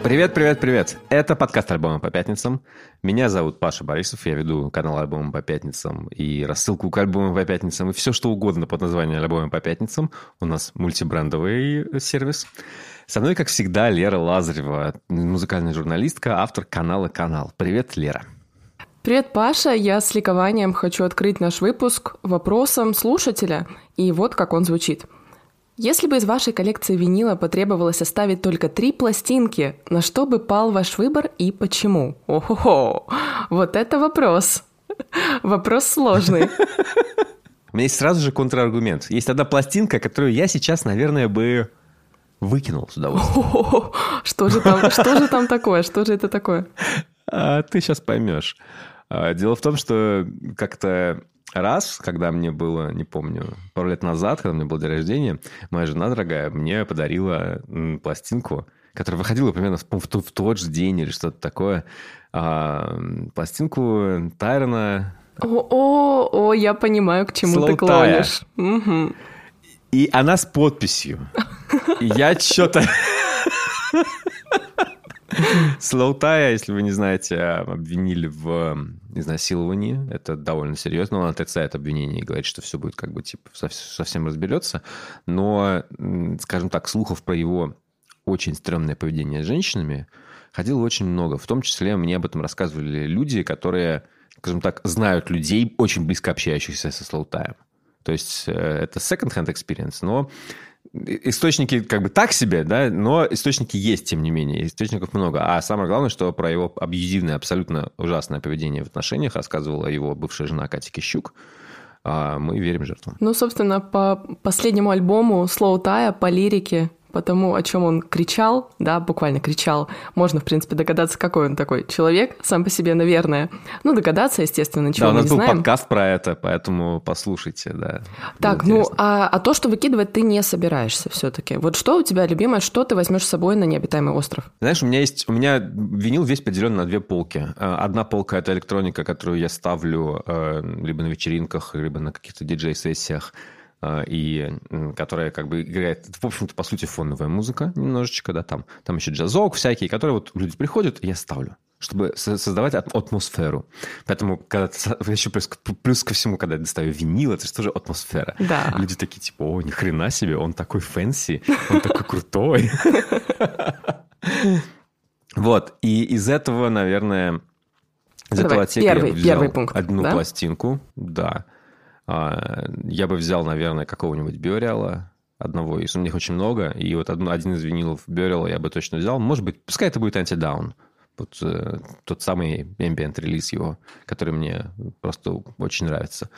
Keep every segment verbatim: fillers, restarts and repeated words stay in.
Привет, привет, привет. Это подкаст «Альбомы по пятницам». Меня зовут Паша Борисов, я веду канал «Альбомы по пятницам» и рассылку к «Альбомам по пятницам», и все что угодно под названием «Альбомы по пятницам». У нас мультибрендовый сервис. Со мной, как всегда, Лера Лазарева, музыкальная журналистка, автор канала «Канал». Привет, Лера. Привет, Паша. Я с ликованием хочу открыть наш выпуск вопросом слушателя, и вот как он звучит. Если бы из вашей коллекции винила потребовалось оставить только три пластинки, на что бы пал ваш выбор и почему? О-хо-хо! Вот это вопрос. Вопрос сложный. У меня есть сразу же контраргумент. Есть одна пластинка, которую я сейчас, наверное, бы выкинул с удовольствием. О-хо-хо! Что же там, что же там такое? Что же это такое? А, ты сейчас поймешь. А, дело в том, что как-то... Раз, когда мне было, не помню, пару лет назад, когда у меня был день рождения, моя жена дорогая мне подарила пластинку, которая выходила примерно в, в, в тот же день или что-то такое. А, пластинку Тайрона... О, о, я понимаю, к чему ты клонишь. Угу. И она с подписью. И я что-то... Slow Tie, если вы не знаете, обвинили в изнасиловании. Это довольно серьезно. Он отрицает обвинение и говорит, что все будет как бы типа совсем разберется. Но, скажем так, слухов про его очень стрёмное поведение с женщинами ходило очень много. В том числе мне об этом рассказывали люди, которые, скажем так, знают людей, очень близко общающихся со Slow Tie. То есть это second-hand experience, но... Источники как бы так себе, да, но источники есть, тем не менее. Источников много. А самое главное, что про его абьюзивное, абсолютно ужасное поведение в отношениях рассказывала его бывшая жена Катя Кищук. А мы верим жертвам. Ну, собственно, по последнему альбому Slow Tie, по лирике, по тому, о чем он кричал, да, буквально кричал, можно, в принципе, догадаться, какой он такой человек, сам по себе, наверное. Ну, догадаться, естественно, ничего да, мы не знаем. Да, у нас был подкаст про это, поэтому послушайте, да. Так, ну, а, а то, что выкидывать ты не собираешься все-таки. Вот что у тебя любимое, что ты возьмешь с собой на необитаемый остров? Знаешь, у меня есть, у меня винил весь поделен на две полки. Одна полка – это электроника, которую я ставлю либо на вечеринках, либо на каких-то диджей-сессиях, и которая как бы играет, в общем-то, по сути, фоновая музыка немножечко, да, там, там еще джазок всякий, которые вот люди приходят, и я ставлю, чтобы создавать атмосферу. Поэтому, когда еще плюс, плюс ко всему, когда я достаю винил, это же тоже атмосфера. Да. Люди такие, типа, о, ни хрена себе, он такой фэнси, он такой крутой. Вот, и из этого, наверное, из этого отсека я взял одну пластинку, да. Я бы взял, наверное, какого-нибудь Бёриала, одного из... У них очень много, и вот один, один из винилов Бёриала я бы точно взял. Может быть, пускай это будет Antidown, вот, э, тот самый ambient-релиз его, который мне просто очень нравится.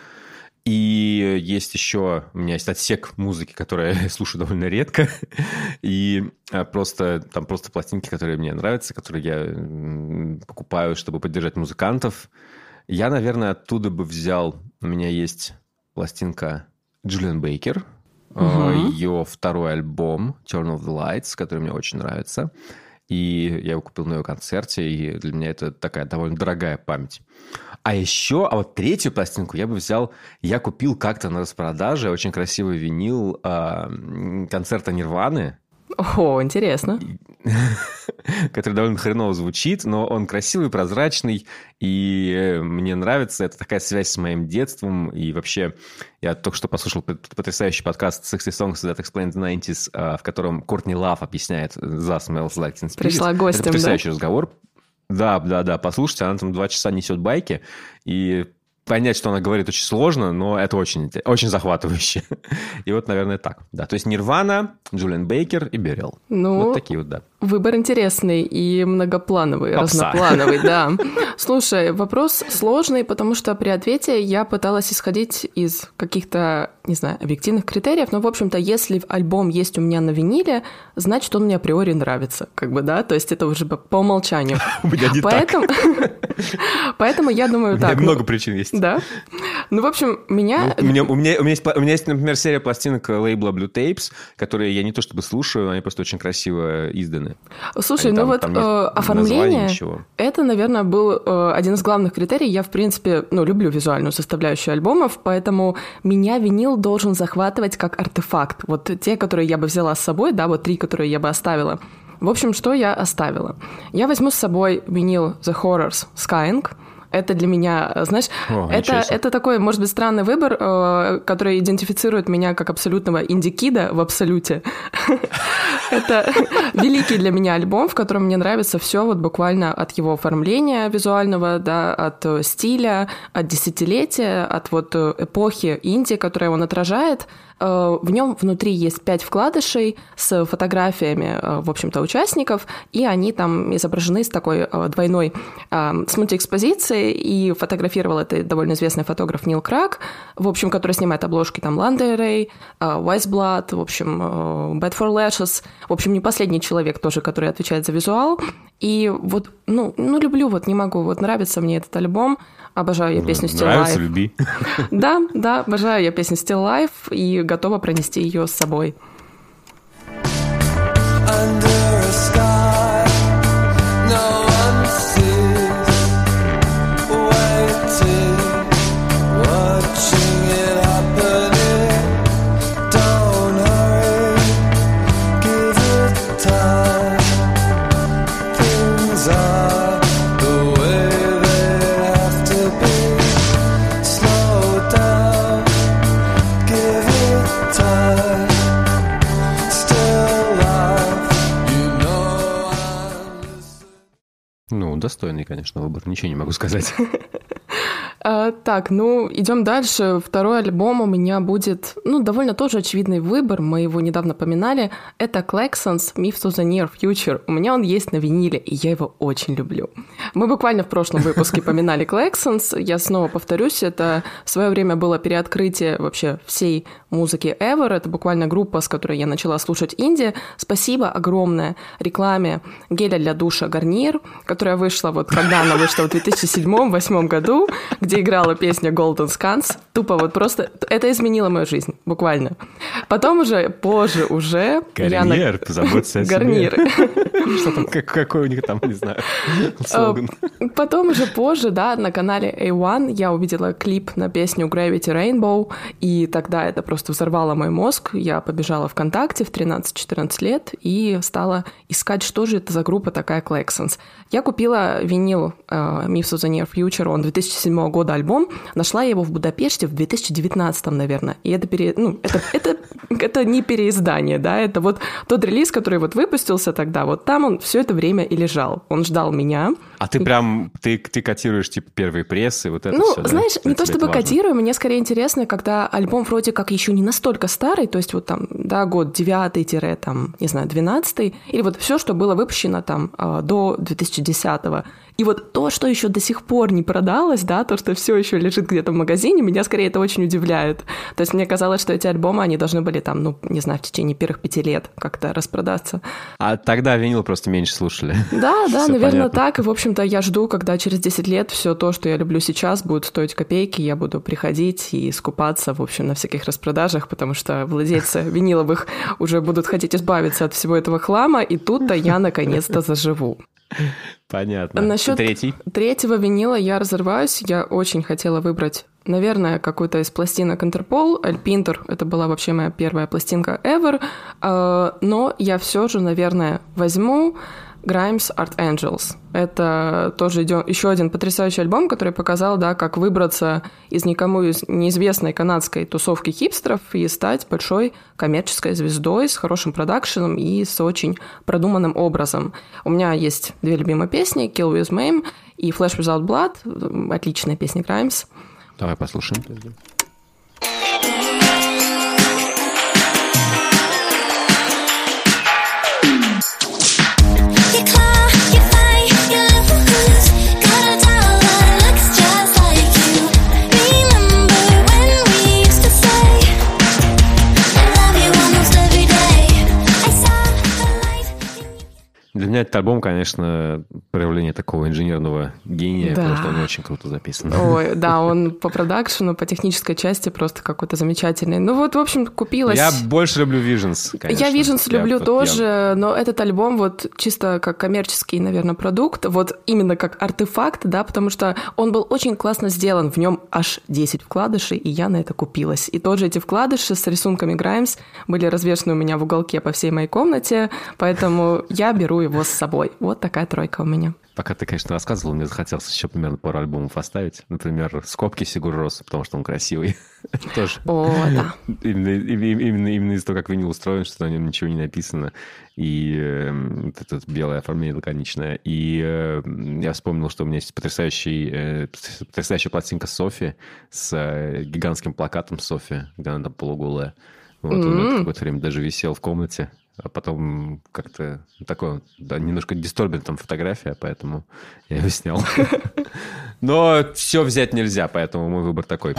И есть еще... У меня есть отсек музыки, которую я слушаю довольно редко, и просто там просто пластинки, которые мне нравятся, которые я покупаю, чтобы поддержать музыкантов. Я, наверное, оттуда бы взял... У меня есть... пластинка Джулиан Бейкер, uh-huh. ее второй альбом Turn of the Lights, который мне очень нравится. И я его купил на ее концерте, и для меня это такая довольно дорогая память. А еще, а вот третью пластинку я бы взял, я купил как-то на распродаже очень красивый винил э, концерта Нирваны. О, интересно. Который довольно хреново звучит, но он красивый, прозрачный, и мне нравится. Это такая связь с моим детством. И вообще, я только что послушал потрясающий подкаст sixty songs that explain the nineties, в котором Кортни Лав объясняет The Smells Like Teen Spirit. Пришла гостем, это потрясающий да? разговор. Да, да, да, послушайте, она там два часа несет байки, и... Понять, что она говорит, очень сложно, но это очень, очень захватывающе. И вот, наверное, так. Да, то есть Нирвана, Джулиан Бейкер и Бёриал. Ну, вот такие вот, да. Выбор интересный и многоплановый, Попса. разноплановый, да. Слушай, вопрос сложный, потому что при ответе я пыталась исходить из каких-то, не знаю, объективных критериев, но, в общем-то, если альбом есть у меня на виниле, значит, он мне априори нравится, как бы, да, то есть это уже по умолчанию. У меня не так. Поэтому я думаю так. У меня много причин есть. Да? Ну, в общем, меня... У меня, у, меня, у, меня есть, у меня есть, например, серия пластинок лейбла Blue Tapes, которые я не то чтобы слушаю, они просто очень красиво изданы. Слушай, они, ну там, вот там э, оформление, это, наверное, был э, один из главных критерий. Я, в принципе, ну, люблю визуальную составляющую альбомов, поэтому меня винил должен захватывать как артефакт. Вот те, которые я бы взяла с собой, да, вот три, которые я бы оставила. В общем, что я оставила? Я возьму с собой винил The Horrors Skying. Это для меня, знаешь, О, это, это такой, может быть, странный выбор, э, который идентифицирует меня как абсолютного инди-кида в абсолюте. Это великий для меня альбом, в котором мне нравится все вот буквально от его оформления визуального, да, от стиля, от десятилетия, от вот эпохи инди, которая он отражает. В нем внутри есть пять вкладышей с фотографиями, в общем-то, участников, и они там изображены с такой двойной, с мультиэкспозицией, и фотографировал это довольно известный фотограф Нил Крак, в общем, который снимает обложки там Lana Del Rey, Wise Blood, в общем, Bad for Lashes, в общем, не последний человек тоже, который отвечает за визуал. И вот, ну, ну люблю, вот не могу, вот нравится мне этот альбом, обожаю я песню Still Life. Нравится, люби. Да, да, обожаю я песню Still Life и готова пронести ее с собой. Достойный, конечно, выбор. Ничего не могу сказать. Так, ну, идем дальше. Второй альбом у меня будет, ну, довольно тоже очевидный выбор. Мы его недавно поминали. Это Klaxons Myths of the Near Future. У меня он есть на виниле, и я его очень люблю. Мы буквально в прошлом выпуске поминали Klaxons. Я снова повторюсь, это в свое время было переоткрытие вообще всей музыки ever. Это буквально группа, с которой я начала слушать инди. Спасибо огромное рекламе геля для душа Garnier, которая вышла вот, когда она вышла в две тысячи седьмом — две тысячи восьмом году, где играла песня Golden Scans. Тупо вот просто... Это изменило мою жизнь, буквально. Потом уже, позже уже... Гарниер, на... позаботься о себе. Гарниер. Что там, какой у них там, не знаю, слоган. Потом уже позже, да, на канале эй один я увидела клип на песню Gravity Rainbow, и тогда это просто взорвало мой мозг. Я побежала ВКонтакте в тринадцать-четырнадцать лет и стала искать, что же это за группа такая Klaxons. Я купила винил uh, Myths of the Near Future, он две тысячи седьмого года альбом. Нашла я его в Будапеште в две тысячи девятнадцатом, наверное. И это, пере... ну, это, это, это не переиздание, да, это вот тот релиз, который вот выпустился тогда, вот там он все это время и лежал. Он ждал меня. А ты прям, ты, ты котируешь, типа, первые прессы, вот это ну, все, да? знаешь, не то чтобы котирую, мне скорее интересно, когда альбом вроде как еще не настолько старый, то есть вот там, да, год девятый, там, не знаю, двенадцатый, или вот все, что было выпущено там до две тысячи десятого. И вот то, что еще до сих пор не продалось, да, то, что все еще лежит где-то в магазине, меня скорее это очень удивляет. То есть мне казалось, что эти альбомы, они должны были там, ну, не знаю, в течение первых пяти лет как-то распродаться. А тогда винил просто меньше слушали. Да, да, наверное, так. И, в общем-то, я жду, когда через десять лет все то, что я люблю сейчас, будет стоить копейки, я буду приходить и скупаться, в общем, на всяких распродажах, потому что владельцы виниловых уже будут хотеть избавиться от всего этого хлама, и тут-то я наконец-то заживу. Понятно. Насчет Третий? третьего винила я разрываюсь. Я очень хотела выбрать, наверное, какую-то из пластинок Интерпол. Альпинтер — это была вообще моя первая пластинка ever. Но я все же, наверное, возьму Grimes Art Angels. Это тоже еще один потрясающий альбом, который показал, да, как выбраться из никому неизвестной канадской тусовки хипстеров и стать большой коммерческой звездой с хорошим продакшеном и с очень продуманным образом. У меня есть две любимые песни — Kill With Maim и Flesh Without Blood. Отличная песня Grimes. Давай послушаем. Для меня этот альбом, конечно, проявление такого инженерного гения, да. Потому что он очень круто записан. Ой, да, он по продакшену, по технической части просто какой-то замечательный. Ну вот, в общем, купилась... Я больше люблю Visions, конечно. Я Visions я, люблю вот, тоже, я... но этот альбом вот чисто как коммерческий, наверное, продукт, вот именно как артефакт, да, потому что он был очень классно сделан, в нем аж десять вкладышей, и я на это купилась. И тоже эти вкладыши с рисунками Grimes были развешаны у меня в уголке по всей моей комнате, поэтому я беру его с собой. Вот такая тройка у меня. Пока ты, конечно, рассказывал, мне захотелось еще примерно пару альбомов оставить. Например, «Скобки» Сигур Рос, потому что он красивый. Тоже. О, да. Именно, именно, именно из-за того, как винил устроен, что на нем ничего не написано. И э, вот это белое оформление лаконичное. И э, я вспомнил, что у меня есть потрясающий, э, потрясающая пластинка Софи с э, гигантским плакатом Софи, где она там полуголая. Вот, mm-hmm. он какое-то время даже висел в комнате. А потом как-то такое, да, немножко дисторбен там фотография, поэтому я его снял. Но все взять нельзя, поэтому мой выбор такой.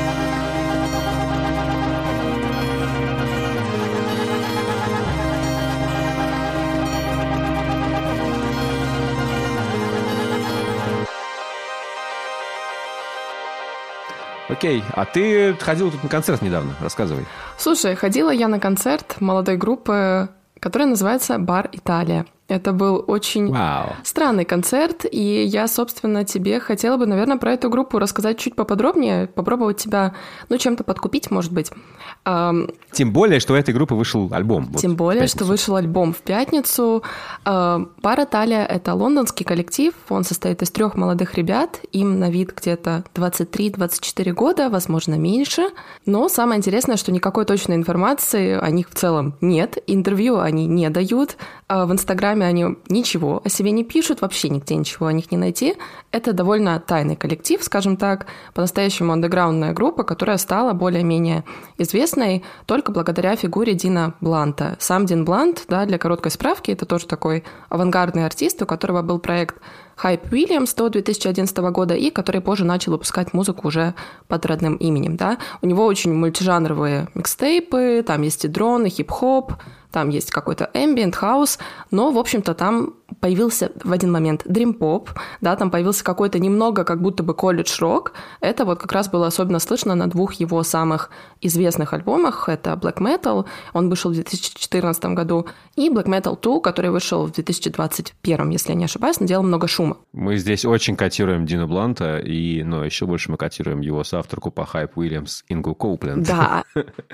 Окей, а ты ходила тут на концерт недавно, рассказывай. Слушай, ходила я на концерт молодой группы, которая называется «Бар Италия». Это был очень wow. странный концерт, и я, собственно, тебе хотела бы, наверное, про эту группу рассказать чуть поподробнее, попробовать тебя, ну, чем-то подкупить, может быть. Тем более, что у этой группы вышел альбом. Тем вот, более, что вышел альбом в пятницу. «Бар Италия» — это лондонский коллектив, он состоит из трех молодых ребят, им на вид где-то двадцать три - двадцать четыре года, возможно, меньше. Но самое интересное, что никакой точной информации о них в целом нет, интервью они не дают, в Инстаграме они ничего о себе не пишут, вообще нигде ничего о них не найти. Это довольно тайный коллектив, скажем так, по-настоящему андеграундная группа, которая стала более-менее известной только благодаря фигуре Дина Бланта. Сам Дин Блант, да, для короткой справки, это тоже такой авангардный артист, у которого был проект Hype Williams до две тысячи одиннадцатого года, и который позже начал выпускать музыку уже под родным именем. Да. У него очень мультижанровые микстейпы, там есть и дрон, и хип-хоп, там есть какой-то ambient house, но, в общем-то, там появился в один момент дрим-поп, да, там появился какой-то немного как будто бы колледж-рок. Это вот как раз было особенно слышно на двух его самых известных альбомах. Это Black Metal, он вышел в две тысячи четырнадцатом году, и Black Metal два, который вышел в две тысячи двадцать первом, если я не ошибаюсь, наделал много шума. Мы здесь очень котируем Дина Бланта, и, но еще больше мы котируем его соавторку по Hype Williams Ингу Коупленд. Да.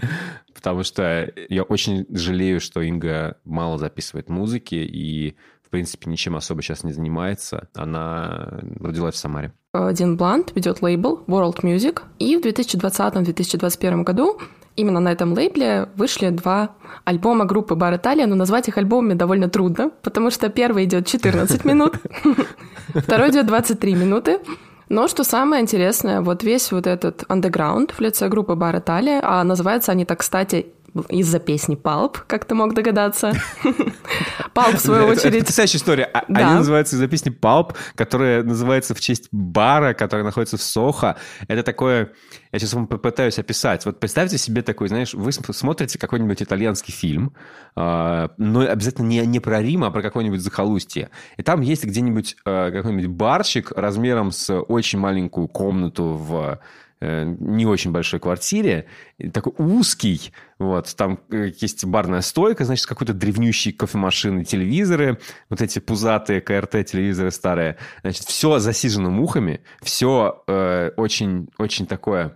Потому что я очень жалею, что Инга мало записывает музыки и, в принципе, ничем особо сейчас не занимается. Она родилась в Самаре. Дин Блант ведет лейбл World Music, и в две тысячи двадцатом - две тысячи двадцать первом году именно на этом лейбле вышли два альбома группы Бар Италия, но назвать их альбомами довольно трудно, потому что первый идет четырнадцать минут, второй идет двадцать три минуты. Но что самое интересное, вот весь вот этот андеграунд в лице группы Бар Италия, а называются они так, кстати, из-за песни Pulp, как ты мог догадаться. Pulp, в свою очередь... Это потрясающая история. Да. Они называются из-за песни Pulp, которая называется в честь бара, который находится в Сохо. Это такое... Я сейчас вам попытаюсь описать. Вот представьте себе такой, знаешь, вы смотрите какой-нибудь итальянский фильм, но обязательно не, не про Рим, а про какое-нибудь захолустье. И там есть где-нибудь какой-нибудь барчик размером с очень маленькую комнату в... не очень большой квартире, такой узкий, вот, там есть барная стойка, значит, какой-то древнющий кофемашины, телевизоры, вот эти пузатые КРТ-телевизоры старые, значит, все засижено мухами, все э, очень, очень такое...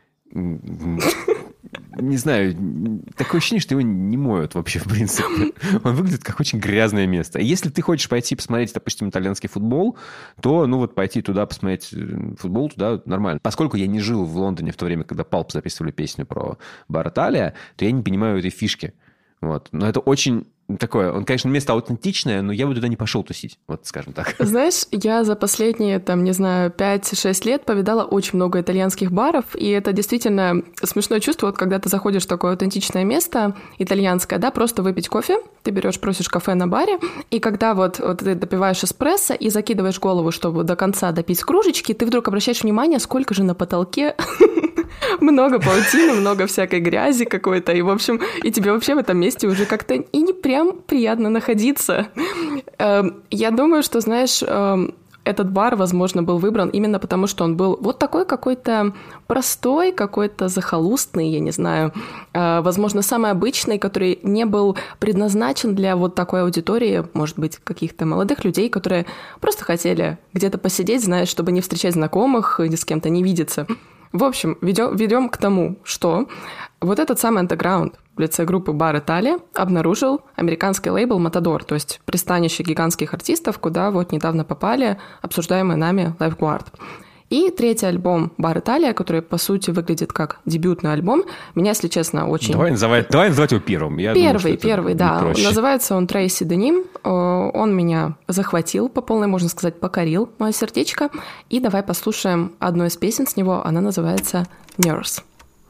Не знаю, такое ощущение, что его не моют вообще, в принципе. Он выглядит как очень грязное место. И если ты хочешь пойти посмотреть, допустим, итальянский футбол, то, ну, вот пойти туда посмотреть футбол, туда нормально. Поскольку я не жил в Лондоне в то время, когда Pulp записывали песню про Бар Италия, то я не понимаю этой фишки. Вот. Но это очень... Такое, он, конечно, место аутентичное, но я бы туда не пошел тусить, вот скажем так. Знаешь, я за последние, там, не знаю, пять-шесть лет повидала очень много итальянских баров, и это действительно смешное чувство, вот когда ты заходишь в такое аутентичное место, итальянское, да, просто выпить кофе, ты берешь, просишь кафе на баре, и когда вот, вот ты допиваешь эспрессо и закидываешь голову, чтобы до конца допить кружечки, ты вдруг обращаешь внимание, сколько же на потолке Много паутины, много всякой грязи какой-то, и, в общем, и тебе вообще в этом месте уже как-то и не прям приятно находиться. Я думаю, что, знаешь, этот бар, возможно, был выбран именно потому, что он был вот такой какой-то простой, какой-то захолустный, я не знаю, возможно, самый обычный, который не был предназначен для вот такой аудитории, может быть, каких-то молодых людей, которые просто хотели где-то посидеть, знаешь, чтобы не встречать знакомых, ни с кем-то не видеться. В общем, ведем, ведем к тому, что вот этот самый андеграунд в лице группы Бар Италия обнаружил американский лейбл Matador, то есть пристанище гигантских артистов, куда вот недавно попали обсуждаемые нами Lifeguard. И третий альбом Бар Италия, который, по сути, выглядит как дебютный альбом, меня, если честно, очень... Давай называть, давай называть его первым. Я первый, думаю, первый, да. Проще. Называется он Tracy Denim. Он меня захватил по полной, можно сказать, покорил мое сердечко. И давай послушаем одну из песен с него. Она называется «Nurse».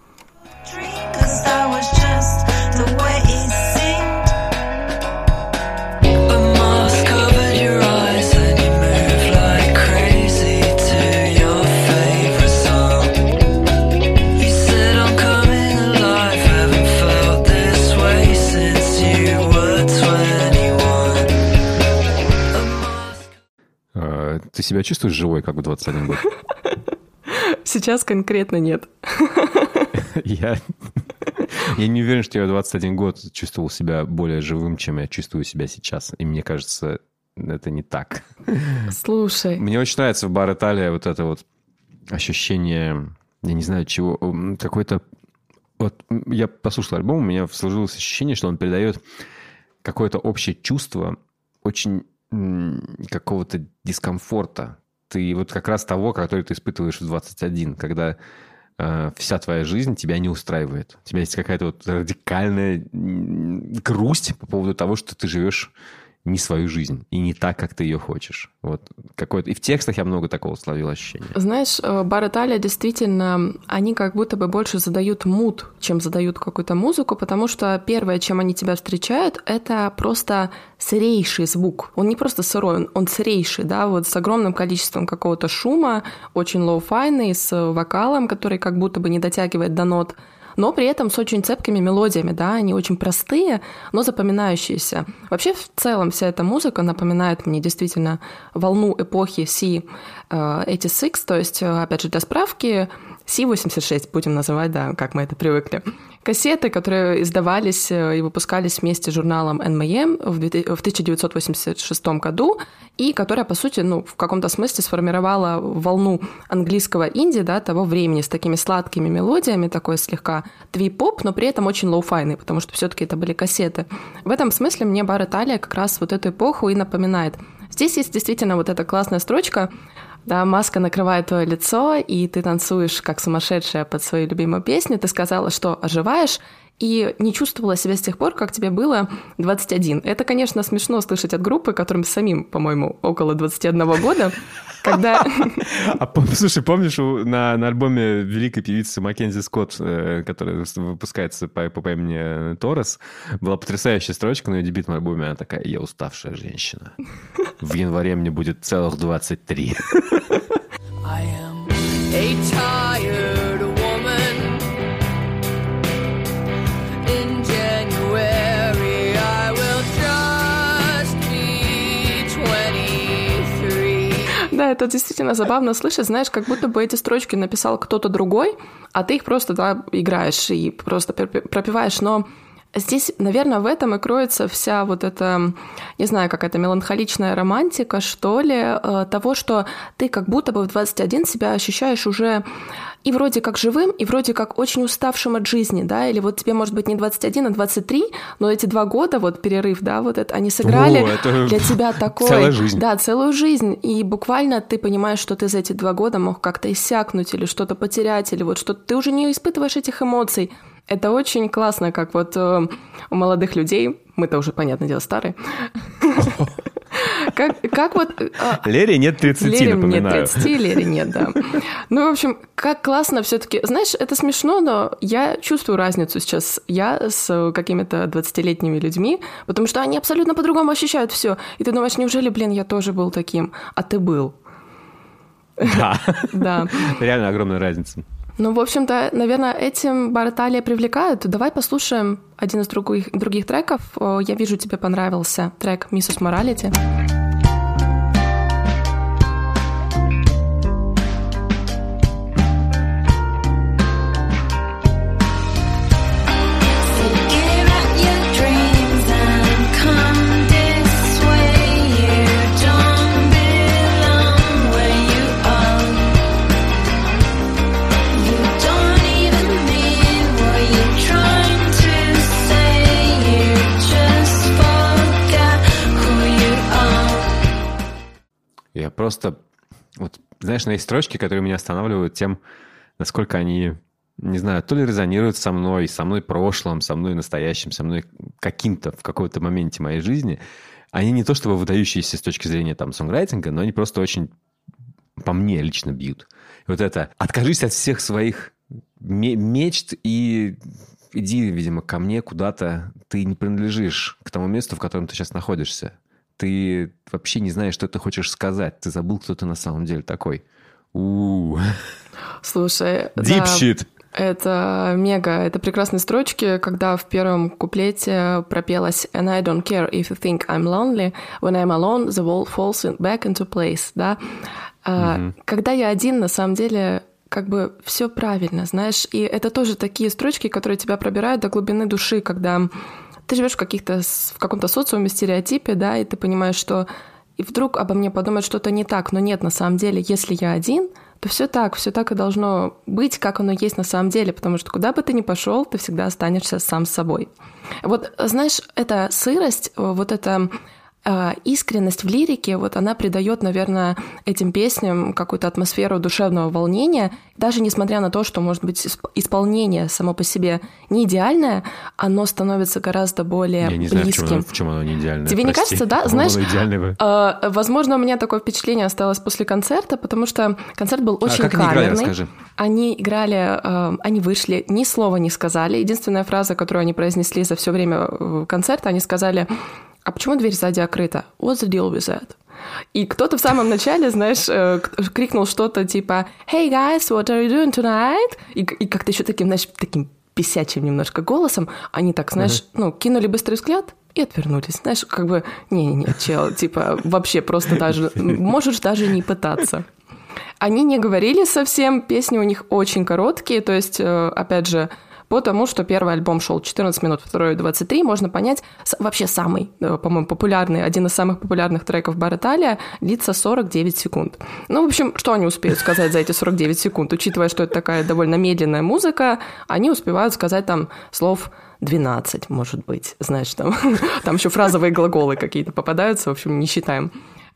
Ты себя чувствуешь живой, как в двадцать один год? Сейчас конкретно нет. Я, я не уверен, что я в двадцать один год чувствовал себя более живым, чем я чувствую себя сейчас. И мне кажется, это не так. Слушай. Мне очень нравится в Бар Италия вот это вот ощущение, я не знаю чего, какой-то... Вот я послушал альбом, у меня сложилось ощущение, что он передает какое-то общее чувство очень... какого-то дискомфорта. Ты вот как раз того, который ты испытываешь в двадцать один, когда э, вся твоя жизнь тебя не устраивает. У тебя есть какая-то вот радикальная грусть по поводу того, что ты живешь не свою жизнь и не так, как ты ее хочешь. Вот какое-то... И в текстах я много такого словил ощущения. Знаешь, Бар Италия действительно, они как будто бы больше задают мут, чем задают какую-то музыку, потому что первое, чем они тебя встречают, это просто сырейший звук. Он не просто сырой, он, он сырейший, да, вот с огромным количеством какого-то шума, очень лоу-файный, с вокалом, который как будто бы не дотягивает до нот, но при этом с очень цепкими мелодиями, да, они очень простые, но запоминающиеся. Вообще, в целом, вся эта музыка напоминает мне действительно волну эпохи си восемьдесят шесть, то есть, опять же, для справки, си восемьдесят шесть будем называть, да, как мы это привыкли. Кассеты, которые издавались и выпускались вместе с журналом эн эм эм в тысяча девятьсот восемьдесят шестом году, и которая, по сути, ну, в каком-то смысле сформировала волну английского инди, да, того времени, с такими сладкими мелодиями, такой слегка твип-поп, но при этом очень лоу-файный, потому что все-таки это были кассеты. В этом смысле мне Бар Италия как раз вот эту эпоху и напоминает. Здесь есть действительно вот эта классная строчка, да, маска накрывает твое лицо, и ты танцуешь как сумасшедшая под свою любимую песню. Ты сказала, что оживаешь, и не чувствовала себя с тех пор, как тебе было двадцать один. Это, конечно, смешно слышать от группы, которым самим, по-моему, около двадцати одного года, когда... А, слушай, помнишь, на, на альбоме великой певицы Маккензи Скотт, которая выпускается по, по имени Торрес, была потрясающая строчка на ее дебютном альбоме. Она такая: «Я уставшая женщина. В январе мне будет целых двадцать три». I am a tired woman. In January I will just be twenty-three. Да, это действительно забавно слышать, знаешь, как будто бы эти строчки написал кто-то другой, а ты их просто, да, играешь и просто пропеваешь, но здесь, наверное, в этом и кроется вся вот эта, не знаю, какая-то меланхоличная романтика, что ли, того, что ты как будто бы в двадцать один себя ощущаешь уже и вроде как живым, и вроде как очень уставшим от жизни, да, или вот тебе, может быть, не двадцать один, а двадцать три, но эти два года, вот перерыв, да, вот это, они сыграли О, для тебя такой... Целая жизнь. Да, целую жизнь, и буквально ты понимаешь, что ты за эти два года мог как-то иссякнуть или что-то потерять, или вот что-то, ты уже не испытываешь этих эмоций. Это очень классно, как вот э, у молодых людей, мы-то уже, понятное дело, старые, как, как вот... Лере нет тридцати, Лере напоминаю. Лере нет тридцати, Лере нет, да. Ну, в общем, как классно все-таки. Знаешь, это смешно, но я чувствую разницу сейчас. Я с какими-то двадцатилетними людьми, потому что они абсолютно по-другому ощущают все. И ты думаешь, неужели, блин, я тоже был таким? А ты был. Да. Да. Реально огромная разница. Ну, в общем-то, наверное, этим Бар Италия привлекают. Давай послушаем один из других, других треков. Я вижу, тебе понравился трек «Миссус Моралити». Я просто... Вот, знаешь, на есть строчки, которые меня останавливают тем, насколько они, не знаю, то ли резонируют со мной, со мной прошлым, со мной настоящим, со мной каким-то в каком-то моменте моей жизни. Они не то чтобы выдающиеся с точки зрения там сонграйтинга, но они просто очень по мне лично бьют. И вот это «откажись от всех своих мечт и иди, видимо, ко мне куда-то. Ты не принадлежишь к тому месту, в котором ты сейчас находишься. Ты вообще не знаешь, что ты хочешь сказать. Ты забыл, кто ты на самом деле такой». У-у-у. Слушай, Deep да, shit. Это мега, это прекрасные строчки, когда в первом куплете пропелось «And I don't care if you think I'm lonely, when I'm alone, the world falls back into place», да? Mm-hmm. Когда я один, на самом деле, как бы все правильно, знаешь, и это тоже такие строчки, которые тебя пробирают до глубины души, когда ты живешь в, каких-то, в каком-то социуме, стереотипе, да, и ты понимаешь, что и вдруг обо мне подумают что-то не так, но нет, на самом деле, если я один, то все так, все так и должно быть, как оно есть на самом деле, потому что куда бы ты ни пошел, ты всегда останешься сам с собой. Вот, знаешь, эта сырость, вот эта искренность в лирике, вот она придает, наверное, этим песням какую-то атмосферу душевного волнения, даже несмотря на то, что, может быть, исполнение само по себе не идеальное, оно становится гораздо более Я не близким. знаю, в чем оно, в чем оно не идеальное. Тебе Прости. не кажется, да? По-моему, знаешь, э, возможно, у меня такое впечатление осталось после концерта, потому что концерт был очень а как камерный. Они играли, расскажи. Они играли, э, они вышли, ни слова не сказали. Единственная фраза, которую они произнесли за все время концерта, они сказали: «А почему дверь сзади открыта? What's the deal with that?» И кто-то в самом начале, знаешь, крикнул что-то типа «Hey guys, what are you doing tonight?» И, и как-то еще таким, знаешь, таким писячим немножко голосом они так, знаешь, uh-huh. ну, кинули быстрый взгляд и отвернулись. Знаешь, как бы «Не-не-не, чел, типа вообще просто даже, можешь даже не пытаться». Они не говорили совсем, песни у них очень короткие, то есть, опять же, потому что первый альбом шел четырнадцать минут, второй двадцать три, можно понять, вообще самый, по-моему, популярный, один из самых популярных треков Бар Италия длится сорок девять секунд. Ну, в общем, что они успеют сказать за эти сорок девять секунд? Учитывая, что это такая довольно медленная музыка, они успевают сказать там слов двенадцать, может быть, знаешь, там, там еще фразовые глаголы какие-то попадаются, в общем, не считаем.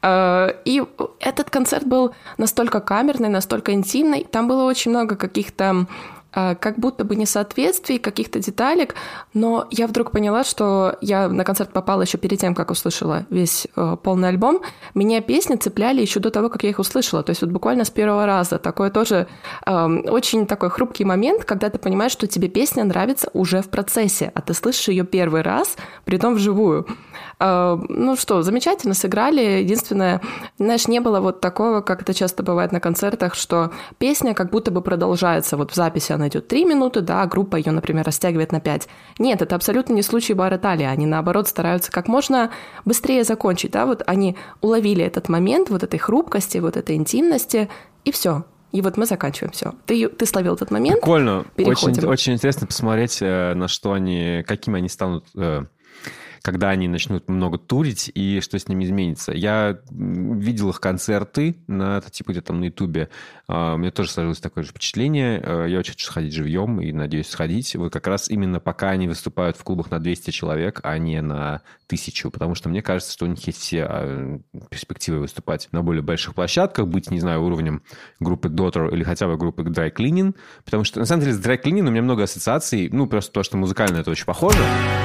И этот концерт был настолько камерный, настолько интимный, там было очень много каких-то как будто бы несоответствий, каких-то деталек, но я вдруг поняла, что я на концерт попала еще перед тем, как услышала весь э, полный альбом. Меня песни цепляли еще до того, как я их услышала, то есть вот буквально с первого раза. Такое тоже э, очень такой хрупкий момент, когда ты понимаешь, что тебе песня нравится уже в процессе, а ты слышишь ее первый раз, притом вживую. Э, ну что, замечательно сыграли. Единственное, знаешь, не было вот такого, как это часто бывает на концертах, что песня как будто бы продолжается. Вот в записи она идет три минуты, да, а группа ее, например, растягивает на пять. Нет, это абсолютно не случай Бар Италия. Они, наоборот, стараются как можно быстрее закончить, да, вот они уловили этот момент, вот этой хрупкости, вот этой интимности, и все. И вот мы заканчиваем все. Ты, ты словил этот момент. Прикольно. Очень, очень интересно посмотреть, на что они, какими они станут, когда они начнут много турить, и что с ними изменится. Я видел их концерты, на, это типа где-то там на Ютубе. У меня тоже сложилось такое же впечатление. Я очень хочу сходить живьем и надеюсь сходить. Вот как раз именно пока они выступают в клубах на двести человек, а не на тысячу. Потому что мне кажется, что у них есть все перспективы выступать на более больших площадках, быть, не знаю, уровнем группы Daughter или хотя бы группы Dry Cleaning. Потому что, на самом деле, с Dry Cleaning у меня много ассоциаций. Ну, просто потому что музыкально это очень похоже.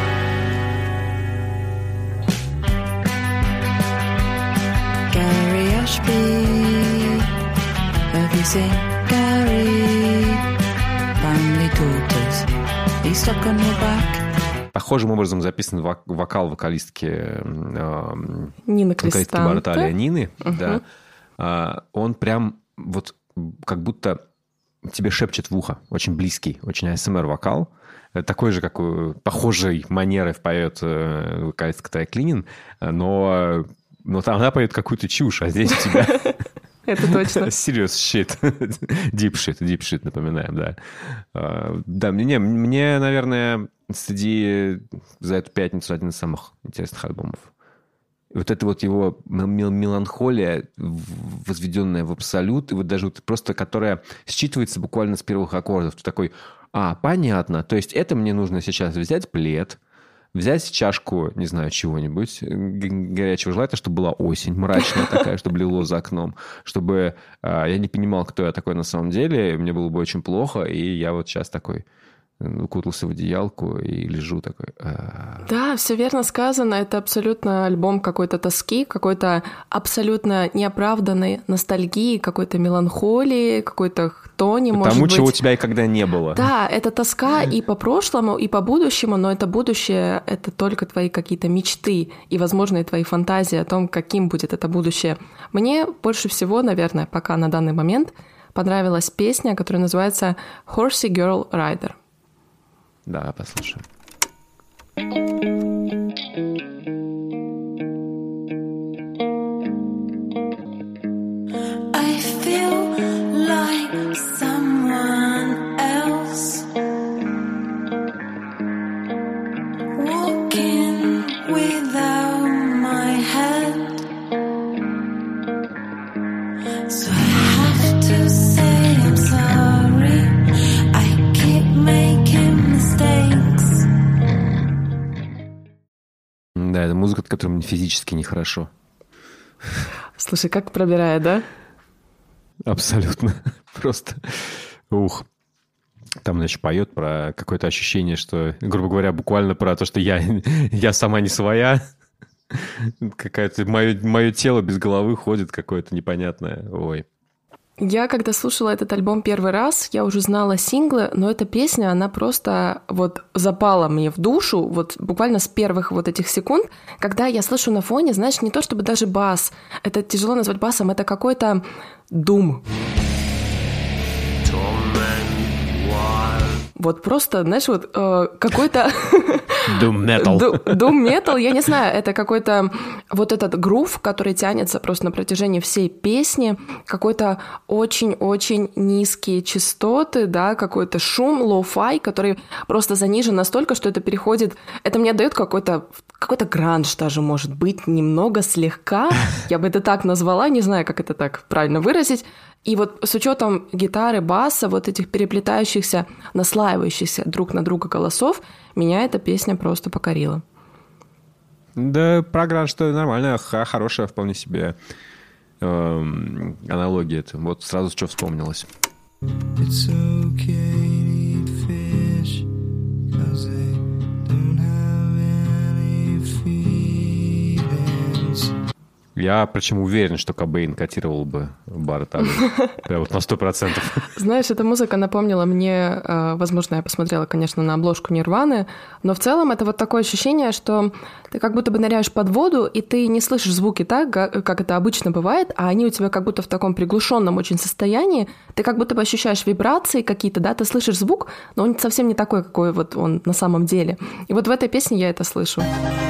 Похожим образом записан вокал вокалистки э, Нины Кристанте. Бар Италия Нины. Uh-huh. Да. Он прям вот как будто тебе шепчет в ухо. Очень близкий, очень эй эс эм ар-вокал. Такой же, как у похожей манеры поет вокалистка Трай Клинин, но, но там она поет какую-то чушь, а здесь у тебя... Это точно. Serious shit. Deep shit, deep shit, напоминаем, да. Да, мне, мне, наверное, среди за эту пятницу один из самых интересных альбомов. Вот это вот его меланхолия, возведенная в абсолют, и вот даже вот просто которая считывается буквально с первых аккордов. Ты такой, а, понятно, то есть это мне нужно сейчас взять плед, взять чашку, не знаю, чего-нибудь горячего, желательно, чтобы была осень мрачная такая, чтобы лило за окном, чтобы а, я не понимал, кто я такой на самом деле, мне было бы очень плохо, и я вот сейчас такой укутался в одеялку и лежу такой... А... Да, все верно сказано. Это абсолютно альбом какой-то тоски, какой-то абсолютно неоправданной ностальгии, какой-то меланхолии, какой-то хтони, может Тому, быть. чего у тебя никогда не было. Да, это тоска и по прошлому, и по будущему, но это будущее — это только твои какие-то мечты и, возможно, и твои фантазии о том, каким будет это будущее. Мне больше всего, наверное, пока на данный момент понравилась песня, которая называется «Horsey Girl Rider». Да, послушаем. I feel like someone else walking without my head, so I have to say I'm sorry. I keep making Да, это музыка, от которой мне физически нехорошо. Слушай, как пробирает, да? Абсолютно. Просто ух. Там она еще поет про какое-то ощущение, что, грубо говоря, буквально про то, что я, я сама не своя. Какое-то мое, мое тело без головы ходит какое-то непонятное. Ой. Я, когда слушала этот альбом первый раз, я уже знала синглы, но эта песня, она просто вот запала мне в душу, вот буквально с первых вот этих секунд, когда я слышу на фоне, знаешь, не то чтобы даже бас, это тяжело назвать басом, это какой-то дум. Вот просто, знаешь, вот э, какой-то... Doom metal. Doom metal, я не знаю, это какой-то вот этот грув, который тянется просто на протяжении всей песни, какой-то очень-очень низкие частоты, да, какой-то шум, лоу-фай, который просто занижен настолько, что это переходит... Это мне дает какой-то какой-то гранж даже, может быть, немного слегка, я бы это так назвала, не знаю, как это так правильно выразить. И вот с учетом гитары, баса, вот этих переплетающихся, наслаивающихся друг на друга голосов, меня эта песня просто покорила. Да, про гранж что нормально, хорошая вполне себе эм, аналогия. Вот сразу что вспомнилось. It's okay to eat fish, 'cause they don't have any feelings. Я, причем, уверен, что Кобейн котировал бы Барретт Аллен. Прям вот на сто процентов. Знаешь, эта музыка напомнила мне, возможно, я посмотрела, конечно, на обложку Нирваны, но в целом это вот такое ощущение, что ты как будто бы ныряешь под воду, и ты не слышишь звуки так, как это обычно бывает, а они у тебя как будто в таком приглушенном очень состоянии, ты как будто бы ощущаешь вибрации какие-то, да, ты слышишь звук, но он совсем не такой, какой вот он на самом деле. И вот в этой песне я это слышу.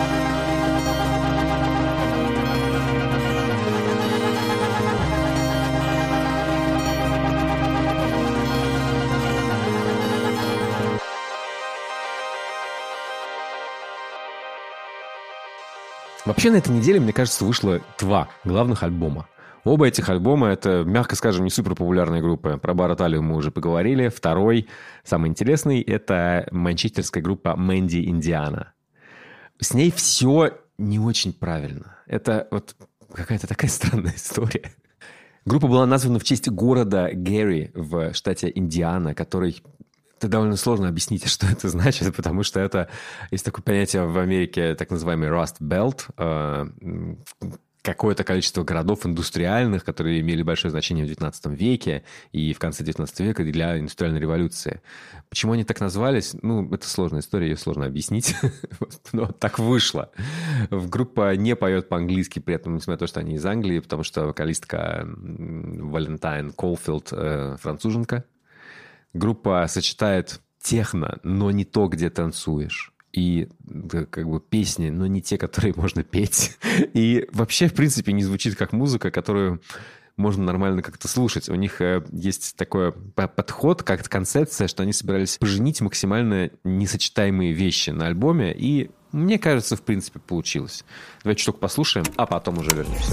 Вообще на этой неделе, мне кажется, вышло два главных альбома. Оба этих альбома — это, мягко скажем, не суперпопулярные группы. Про Барретт Аллен мы уже поговорили. Второй, самый интересный, это манчестерская группа Мэнди Индиана. С ней все не очень правильно. Это вот какая-то такая странная история. Группа была названа в честь города Гэри в штате Индиана, который... Это довольно сложно объяснить, что это значит, потому что это... Есть такое понятие в Америке, так называемый Rust Belt, какое-то количество городов индустриальных, которые имели большое значение в девятнадцатом веке и в конце девятнадцатого века для индустриальной революции. Почему они так назвались? Ну, это сложная история, ее сложно объяснить, но так вышло. Группа не поет по-английски, при этом, несмотря на то, что они из Англии, потому что вокалистка Валентайн Колфилд француженка. группа сочетает техно, но не то, где танцуешь. И как бы песни, но не те, которые можно петь. И вообще, в принципе, не звучит как музыка, которую можно нормально как-то слушать. У них есть такой подход, как концепция, что они собирались поженить максимально несочетаемые вещи на альбоме. И мне кажется, в принципе, получилось. Давайте чуток послушаем, а потом уже вернемся.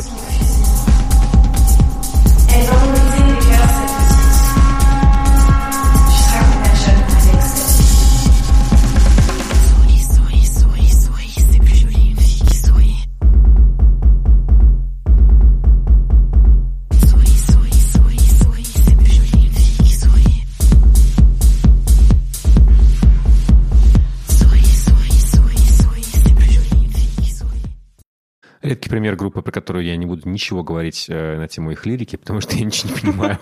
Редкий пример группы, про которую я не буду ничего говорить э, на тему их лирики, потому что я ничего не понимаю.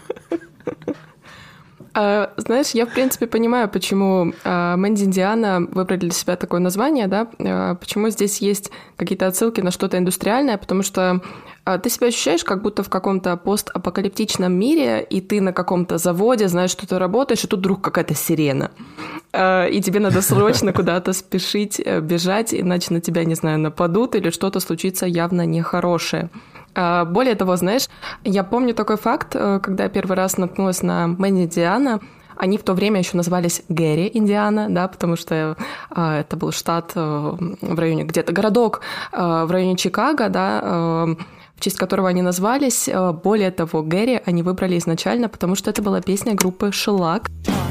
А, знаешь, я, в принципе, понимаю, почему а, Мэнди Индиана выбрали для себя такое название, да, а, почему здесь есть какие-то отсылки на что-то индустриальное, потому что а, ты себя ощущаешь как будто в каком-то постапокалиптичном мире, и ты на каком-то заводе, знаешь, что ты работаешь, и тут вдруг какая-то сирена. А, и тебе надо срочно куда-то спешить, бежать, иначе на тебя, не знаю, нападут, или что-то случится явно нехорошее. Более того, знаешь, я помню такой факт, когда я первый раз наткнулась на Мэнди Индиана, они в то время еще назывались Гэри, Индиана, да, потому что э, это был штат э, в районе, где-то городок э, в районе Чикаго, да, э, в честь которого они назвались. Более того, Гэри они выбрали изначально, потому что это была песня группы «Шеллак».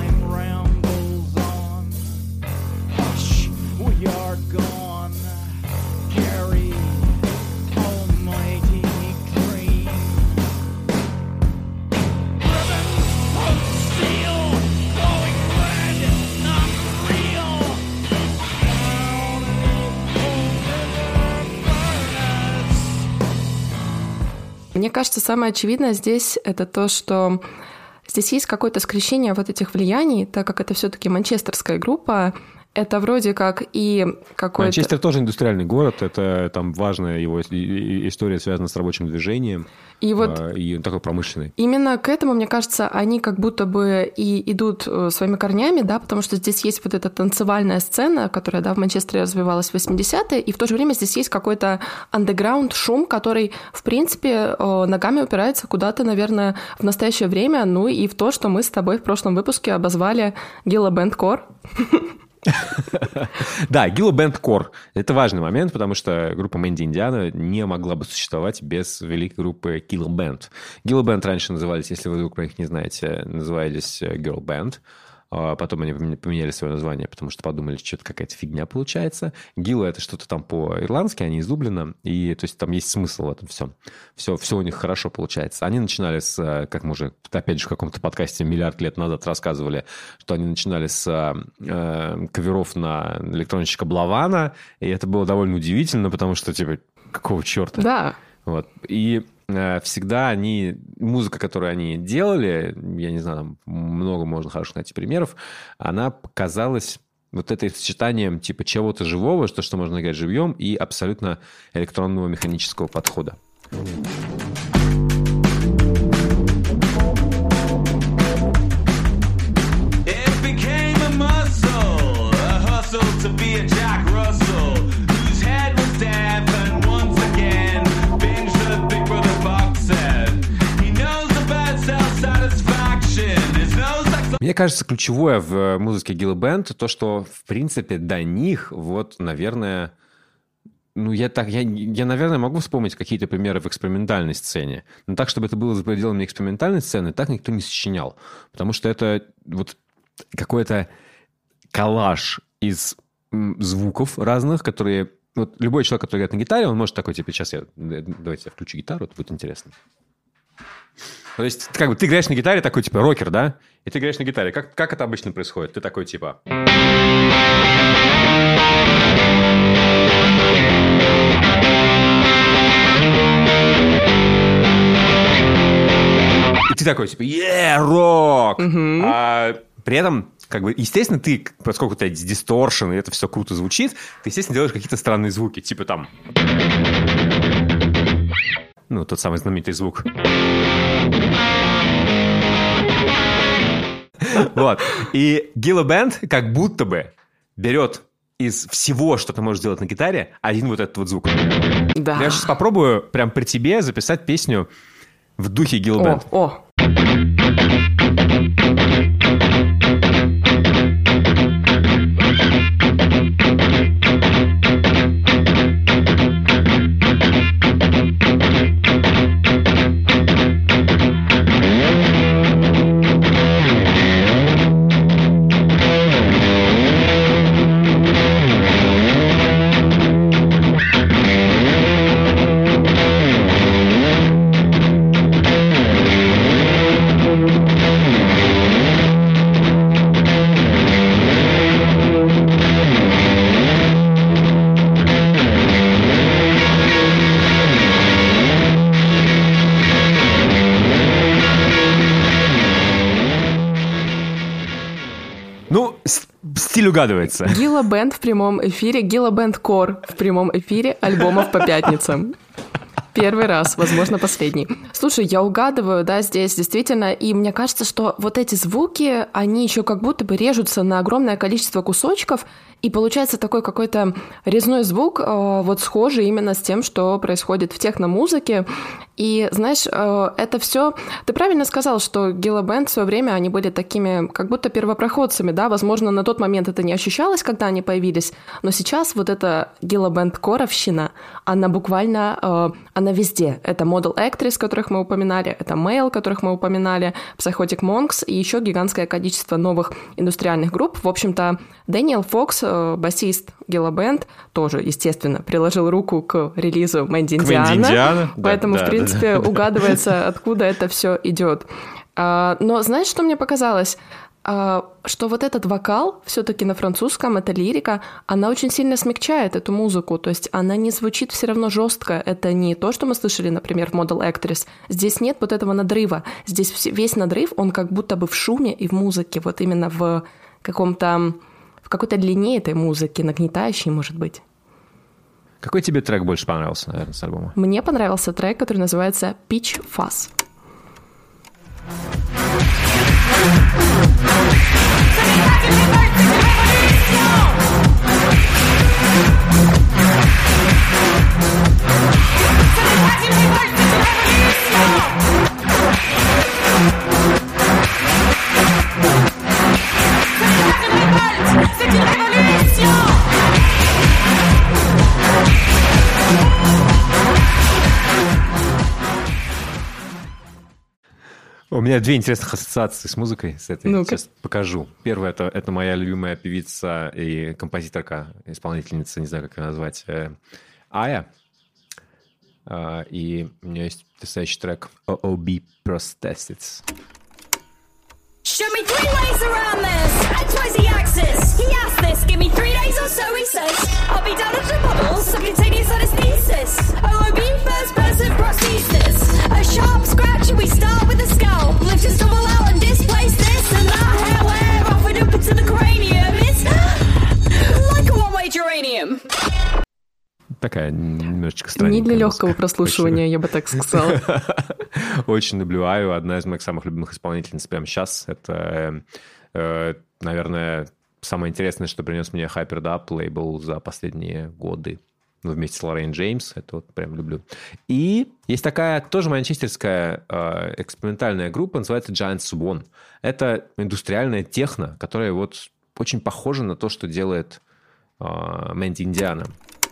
Мне кажется, самое очевидное здесь это то, что здесь есть какое-то скрещение вот этих влияний, так как это все-таки манчестерская группа. Это вроде как и какой-то... Манчестер тоже индустриальный город, это там важная его история связана с рабочим движением, и, вот и он такой промышленный. Именно к этому, мне кажется, они как будто бы и идут своими корнями, да, потому что здесь есть вот эта танцевальная сцена, которая, да, в Манчестере развивалась в восьмидесятые, и в то же время здесь есть какой-то андеграунд, шум, который, в принципе, ногами упирается куда-то, наверное, в настоящее время, ну и в то, что мы с тобой в прошлом выпуске обозвали Gilla Bandcore. Да, Gilla Bandcore. Это важный момент, потому что группа Мэнди Индиана не могла бы существовать без великой группы Gilla Band. Gilla Band раньше назывались, если вы вдруг про них не знаете, назывались Girl Band. Потом они поменяли свое название, потому что подумали, что это какая-то фигня получается. Гилла — это что-то там по-ирландски, они из Дублина, и то есть там есть смысл в этом всем. Все, все у них хорошо получается. Они начинали с, как мы уже, опять же, в каком-то подкасте миллиард лет назад рассказывали, что они начинали с э, каверов на электронщика Блавана, и это было довольно удивительно, потому что, типа, какого черта? Да. Вот. И всегда они, музыка, которую они делали, я не знаю, там много можно хороших найти примеров, она показалась вот этой сочетанием типа чего-то живого, что, что можно играть живьем, и абсолютно электронного механического подхода. Мне кажется, ключевое в музыке Gilla Band то, что, в принципе, до них, вот, наверное... Ну, я, так, я, я, наверное, могу вспомнить какие-то примеры в экспериментальной сцене. Но так, чтобы это было за пределами экспериментальной сцены, так никто не сочинял. Потому что это вот какой-то коллаж из звуков разных, которые... Вот любой человек, который играет на гитаре, он может такой, типа, сейчас я... Давайте я включу гитару, это будет интересно. То есть, как бы, ты играешь на гитаре, такой, типа, рокер, да? И ты играешь на гитаре. Как, как это обычно происходит? Ты такой, типа... И ты такой, типа, е, рок! Mm-hmm. А при этом, как бы, естественно, ты, поскольку у тебя дисторшн, и это все круто звучит, ты, естественно, делаешь какие-то странные звуки, типа там... Ну, тот самый знаменитый звук. Вот. И Gila Band как будто бы берет из всего, что ты можешь сделать на гитаре, один вот этот вот звук. Да. Я сейчас попробую прям при тебе записать песню в духе Gila Band. О, о. Стиль угадывается. Gila Band в прямом эфире, Gila Band Core в прямом эфире альбомов по пятницам. Первый раз, возможно, последний. Слушай, я угадываю, да, здесь действительно, и мне кажется, что вот эти звуки, они еще как будто бы режутся на огромное количество кусочков, и получается такой какой-то резной звук, вот схожий именно с тем, что происходит в техномузыке. И, знаешь, это все... Ты правильно сказал, что Gila Band в свое время, они были такими как будто первопроходцами, да, возможно, на тот момент это не ощущалось, когда они появились, но сейчас вот эта Gila Band коровщина, она буквально, она везде. Это Model Actress, которых мы упоминали, это Male, которых мы упоминали, Psychotic Monks и еще гигантское количество новых индустриальных групп. В общем-то, Дэниел Фокс, басист Gila Band, тоже, естественно, приложил руку к релизу Мэнди Индиана, поэтому, да, в принципе, да, да. угадывается, откуда это все идет. Но знаешь, что мне показалось? Что вот этот вокал, все-таки на французском, эта лирика, она очень сильно смягчает эту музыку, то есть она не звучит все равно жестко. Это не то, что мы слышали, например, в Model Actress. Здесь нет вот этого надрыва. Здесь весь надрыв, он как будто бы в шуме и в музыке, вот именно в каком-то... в какой-то длине этой музыки, нагнетающей, может быть. Какой тебе трек больше понравился, наверное, с альбома? Мне понравился трек, который называется «Pitch Fuzz». У меня две интересных ассоциации с музыкой, с этой. Ну-ка. Сейчас покажу. Первая это, – это моя любимая певица и композиторка, исполнительница, не знаю, как ее назвать, Ая. И у меня есть потрясающий трек о о би Prosthetics. Show me three ways around this, X Y Z axis. He asked this, give me three days or so, he says. I'll be down at the bubbles, subcutaneous anesthesis. O O B, first person prosthesis. A sharp scratch, and we start with a skull. Lift his double out and displace this and that. Hair wear off and up into the cranium. It's like a one-way geranium. Такая немножечко странненькая. Не для легкого музыка. Прослушивания, очень... я бы так сказала. Очень люблю Аю. Одна из моих самых любимых исполнительниц прямо сейчас. Это, наверное, самое интересное, что принес мне Hyperdub лейбл за последние годы. Ну, вместе с Лоррейн Джеймс. Это вот прям люблю. И есть такая тоже манчестерская экспериментальная группа, называется Giant Swan. Это индустриальная техно, которая вот очень похожа на то, что делает Мэнди Индиана.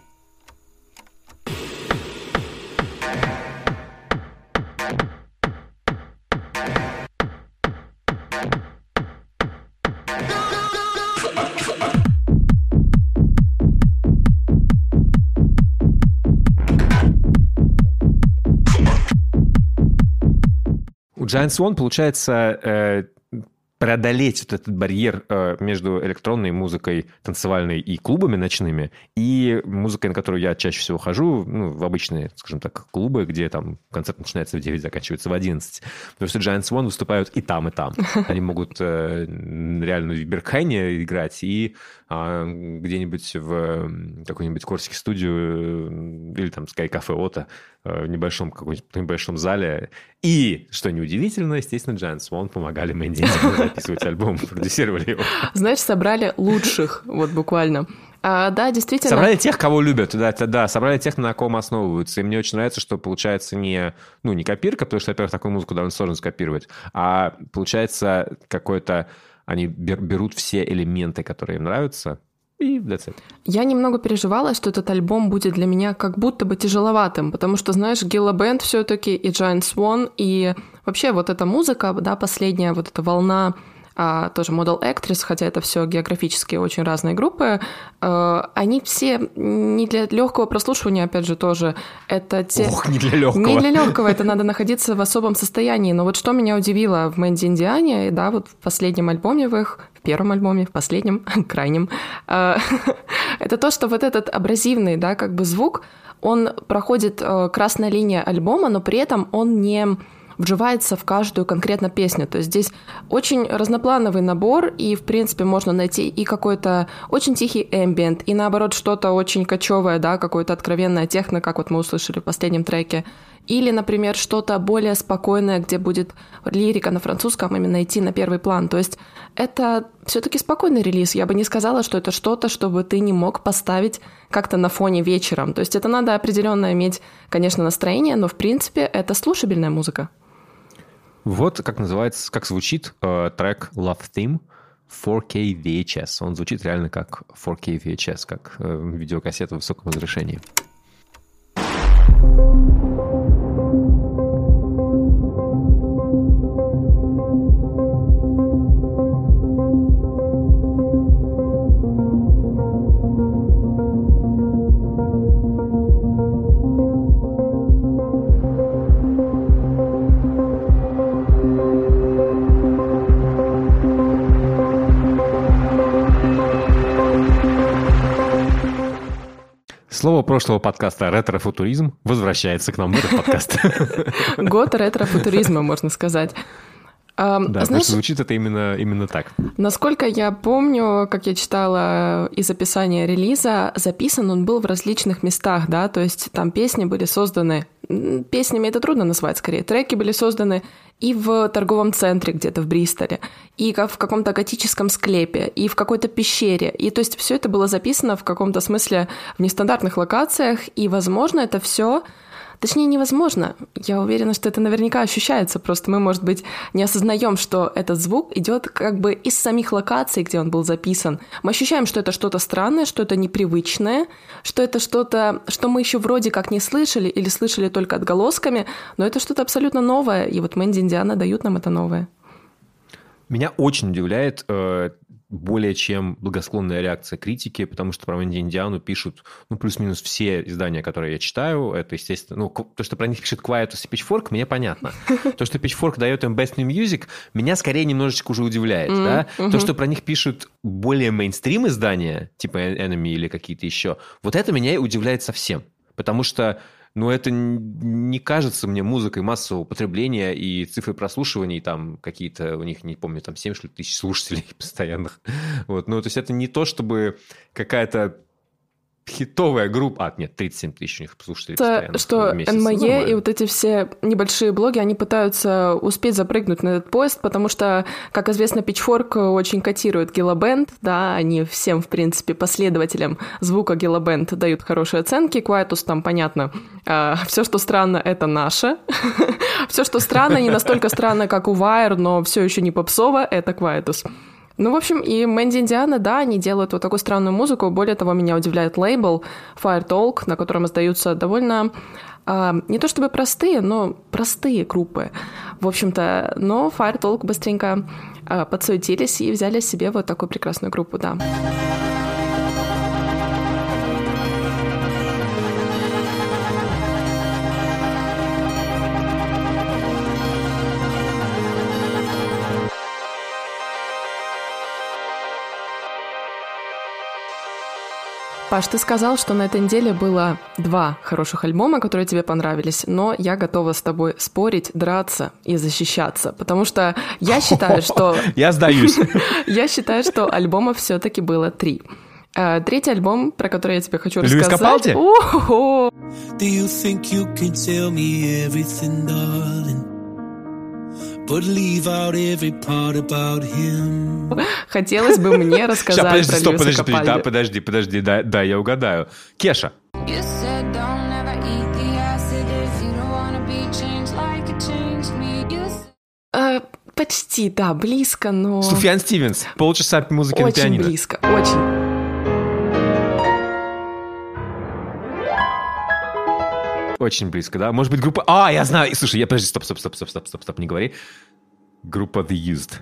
У Giant Swan получается э, преодолеть вот этот барьер э, между электронной музыкой, танцевальной и клубами ночными, и музыкой, на которую я чаще всего хожу, ну, в обычные, скажем так, клубы, где там концерт начинается в девять, заканчивается в одиннадцать. Потому что Giant Swan выступают и там, и там. Они могут э, реально в Биркхайне играть и э, где-нибудь в какой-нибудь Корсике студию или там Sky Cafe Ото в небольшом, каком-нибудь небольшом зале. И, что неудивительно, естественно, Giant Swan помогали Мэнди Индиане записывать альбом, продюсировали его. Знаешь, собрали лучших, вот буквально. А, да, действительно. Собрали тех, кого любят, да, да, собрали тех, на ком основываются. И мне очень нравится, что получается не, ну, не копирка, потому что, во-первых, такую музыку довольно сложно скопировать, а получается какой-то... Они берут все элементы, которые им нравятся, и that's it. Я немного переживала, что этот альбом будет для меня как будто бы тяжеловатым, потому что, знаешь, Gilla Band все-таки и Giant Swan, и вообще вот эта музыка, да, последняя вот эта волна, а, тоже Model Actress, хотя это все географически очень разные группы, э, они все не для легкого прослушивания, опять же, тоже. Это те... Ох, не для легкого. Не для легкого, это надо находиться в особом состоянии. Но вот что меня удивило в Мэнди Индиане, да, вот в последнем альбоме в их, в первом альбоме, в последнем, крайнем, э, это то, что вот этот абразивный, да, как бы звук, он проходит э, красная линия альбома, но при этом он не... вживается в каждую конкретно песню. То есть здесь очень разноплановый набор, и, в принципе, можно найти и какой-то очень тихий эмбиент, и, наоборот, что-то очень кочевое, да, какое-то откровенное техно, как вот мы услышали в последнем треке. Или, например, что-то более спокойное, где будет лирика на французском именно идти на первый план. То есть это все-таки спокойный релиз. Я бы не сказала, что это что-то, чтобы ты не мог поставить как-то на фоне вечером. То есть это надо определенно иметь, конечно, настроение, но, в принципе, это слушабельная музыка. Вот как называется, как звучит э, трек Love Theme фор кей ви эйч эс. Он звучит реально как фор кей ви эйч эс, как э, видеокассета в высоком разрешении. Слово прошлого подкаста «Ретро-футуризм» возвращается к нам в этот подкаст. Год ретро-футуризма, можно сказать. Да, знаешь, потому что звучит это именно, именно так. Насколько я помню, как я читала из описания релиза, записан он был в различных местах, да, то есть там песни были созданы, песнями это трудно назвать скорее, треки были созданы и в торговом центре где-то в Бристоле, и в каком-то готическом склепе, и в какой-то пещере, и то есть все это было записано в каком-то смысле в нестандартных локациях, и, возможно, это все... Точнее, невозможно. Я уверена, что это наверняка ощущается. Просто мы, может быть, не осознаем, что этот звук идет как бы из самих локаций, где он был записан. Мы ощущаем, что это что-то странное, что это непривычное, что это что-то, что мы еще вроде как не слышали или слышали только отголосками, но это что-то абсолютно новое. И вот Мэнди Индиана дают нам это новое. Меня очень удивляет э, более чем благосклонная реакция критики, потому что про Мэнди Индиану пишут, ну, плюс-минус все издания, которые я читаю. Это, естественно, ну, то, что про них пишет Quietus и Pitchfork, мне понятно. То, что Pitchfork дает им Best New Music, меня скорее немножечко уже удивляет, mm-hmm. да? Mm-hmm. То, что про них пишут более мейнстрим издания, типа Enemy или какие-то еще, вот это меня удивляет совсем. Потому что но это не кажется мне музыкой массового потребления, и цифры прослушиваний там какие-то, у них, не помню, там семь тысяч слушателей постоянных. Вот. Ну, то есть это не то, чтобы какая-то хитовая группа... А, нет, тридцать семь тысяч у них слушателей постоянно. Что эн эм и и вот эти все небольшие блоги, они пытаются успеть запрыгнуть на этот поезд, потому что, как известно, Pitchfork очень котирует Gilla Band, да, они всем, в принципе, последователям звука Gilla Band дают хорошие оценки. Quietus там, понятно, все, что странно, это наше. Все, что странно, не настолько странно, как у Wire, но все еще не попсово, это Quietus. Ну, в общем, и Мэнди Индиана, да, они делают вот такую странную музыку. Более того, меня удивляет лейбл Fire Talk, на котором издаются довольно, э, не то чтобы простые, но простые группы. В общем-то, но Fire Talk быстренько э, подсуетились и взяли себе вот такую прекрасную группу, да. Паш, ты сказал, что на этой неделе было два хороших альбома, которые тебе понравились, но я готова с тобой спорить, драться и защищаться, потому что я считаю, что... Я сдаюсь. Я считаю, что альбомов все-таки было три. А, третий альбом, про который я тебе хочу Льюис рассказать. Капалди? О-хо-хо. Do you think you can tell me everything, darling? But leave out every part about him. Хотелось бы мне рассказать Сейчас, подожди, про стоп, Льюиса подожди, подожди, да, Капальди. подожди, подожди, да, да, я угадаю. Кеша. You said don't ever eat the acid if you don't wanna be changed like it changed me. You said... А, почти, да, близко, но... Суфьян Стивенс. Полчаса музыки на Очень пианино. близко, очень. Очень близко, да? Может быть, группа... А, я знаю. Слушай, я... Подожди, стоп, стоп, стоп, стоп, стоп, стоп, стоп, не говори. Группа The Used.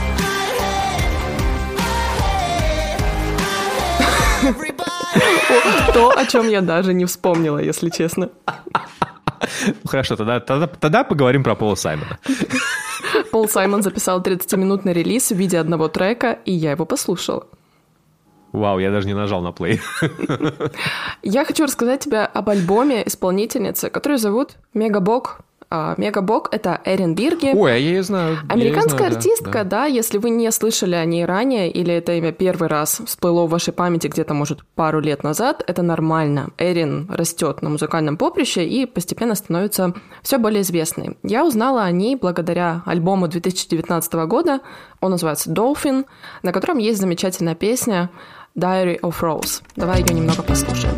То, о чем я даже не вспомнила, если честно. Хорошо, тогда, тогда, тогда поговорим про Пола Саймона. Пол Саймон записал тридцатиминутный релиз в виде одного трека, и я его послушала. Вау, я даже не нажал на плей. Я хочу рассказать тебе об альбоме исполнительницы, которую зовут Мегабок. Мегабок — это Эрин Бирги. Ой, а я ее знаю. Американская знаю, артистка, да, да. да, если вы не слышали о ней ранее, или это имя первый раз всплыло в вашей памяти где-то, может, пару лет назад, это нормально. Эрин растет на музыкальном поприще и постепенно становится все более известной. Я узнала о ней благодаря альбому две тысячи девятнадцатого года, он называется «Dolphin», на котором есть замечательная песня «Diary of Rose». Давай ее немного послушаем.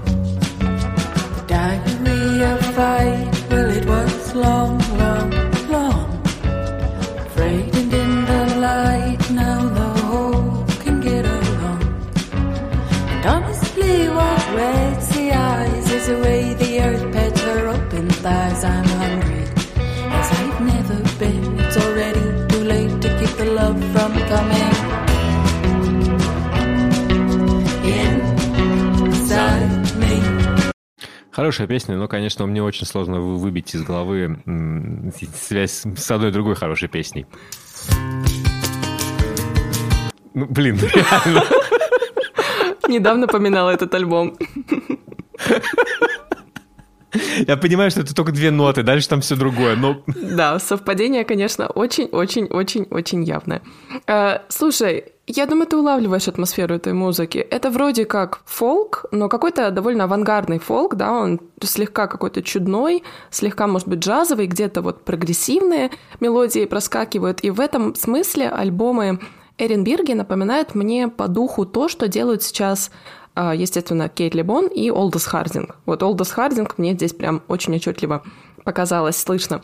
Diary of fight, well it was long, long, long. Fragrant in the light, now the whole can get along. And honestly, what reads the eyes is the way the earth pets her open thighs. I'm hungry as I've never been. It's already too late to keep the love from coming inside me. Хорошая песня, но, конечно, мне очень сложно выбить из головы м- связь с одной другой хорошей песней. Ну, блин, реально. Недавно поминала этот альбом. Я понимаю, что это только две ноты, дальше там все другое, но... Да, совпадение, конечно, очень-очень-очень-очень явное. Э, слушай, я думаю, ты улавливаешь атмосферу этой музыки. Это вроде как фолк, но какой-то довольно авангардный фолк, да, он слегка какой-то чудной, слегка, может быть, джазовый, где-то вот прогрессивные мелодии проскакивают. И в этом смысле альбомы Эрин Бирги напоминают мне по духу то, что делают сейчас... естественно, Кейт Лебон и Олдос Хардинг. Вот Олдос Хардинг мне здесь прям очень отчетливо показалось, слышно.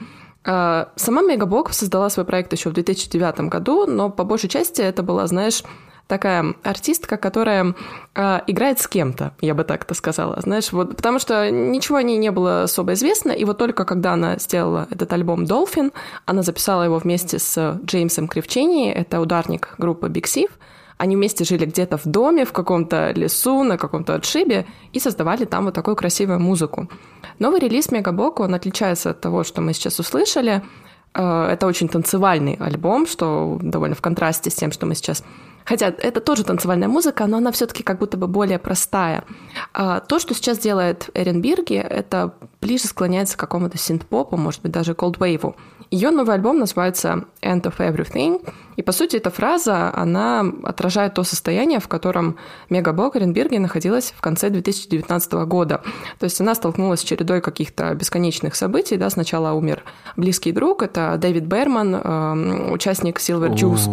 Сама Мегабок создала свой проект еще в две тысячи девятом году, но по большей части это была, знаешь, такая артистка, которая э, играет с кем-то, я бы так это сказала, знаешь, вот, потому что ничего о ней не было особо известно, и вот только когда она сделала этот альбом «Dolphin», она записала его вместе с Джеймсом Кривчени, это ударник группы Big Thief. Они вместе жили где-то в доме, в каком-то лесу, на каком-то отшибе и создавали там вот такую красивую музыку. Новый релиз Мегабок, он отличается от того, что мы сейчас услышали. Это очень танцевальный альбом, что довольно в контрасте с тем, что мы сейчас... Хотя это тоже танцевальная музыка, но она все-таки как будто бы более простая. То, что сейчас делает Эрин Бирги, это ближе склоняется к какому-то синт-попу, может быть, даже колдвейву. Ее новый альбом называется «End of Everything», и, по сути, эта фраза, она отражает то состояние, в котором Мегабок Эрин Бирги находилась в конце две тысячи девятнадцатого года. То есть она столкнулась с чередой каких-то бесконечных событий. Да? Сначала умер близкий друг, это Дэвид Берман, э, участник Silver Juice.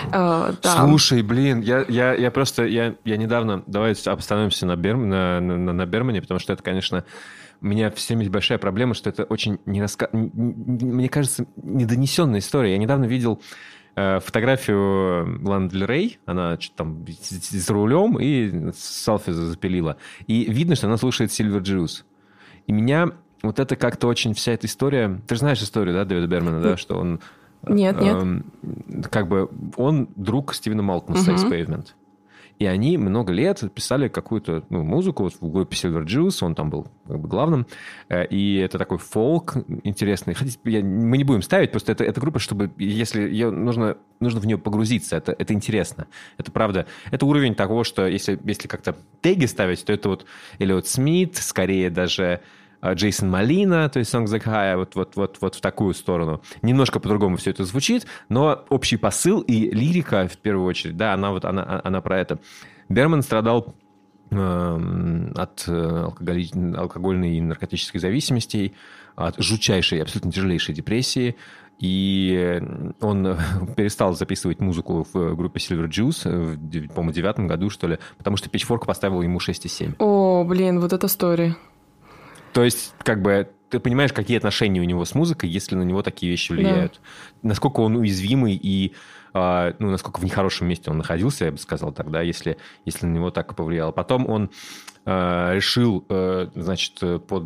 Э, да. Слушай, блин, я, я, я просто, я, я недавно, давай остановимся на, Берм, на, на, на Бермане, потому что это, конечно... У меня всем есть большая проблема, что это очень, не раска... мне кажется, недонесенная история. Я недавно видел э, фотографию Ланы Дель Рей, она что-то там с рулем и селфи запилила. И видно, что она слушает Silver Juice. И меня вот это как-то очень вся эта история... Ты же знаешь историю, да, Дэвида Бермана, да, что он... Нет, нет. Э, как бы он друг Стивена Малкома с Ace Pavement. И они много лет писали какую-то ну, музыку вот в группе Silver Juice, он там был как бы главным. И это такой фолк интересный. Хотите, я, мы не будем ставить, просто это, это группа, чтобы, если ее нужно, нужно в нее погрузиться, это, это интересно. Это правда. Это уровень того, что если, если как-то теги ставить, то это вот Эллиот Смит, скорее даже... Джейсон Малина, то есть Songs Like High, вот, вот, вот, вот в такую сторону. Немножко по-другому все это звучит, но общий посыл и лирика, в первую очередь, да, она, вот, она, она про это. Берман страдал э, от алкоголи... алкогольной и наркотической зависимости, от жутчайшей, абсолютно тяжелейшей депрессии. И он перестал записывать музыку в группе Silver Juice в, по-моему, девятом году, что ли, потому что Pitchfork поставил ему шесть и семь. О, блин, вот эта история. То есть, как бы, ты понимаешь, какие отношения у него с музыкой, если на него такие вещи влияют. Да. Насколько он уязвимый и ну, насколько в нехорошем месте он находился, я бы сказал тогда, если, если на него так повлияло. Потом он э, решил, э, значит, под,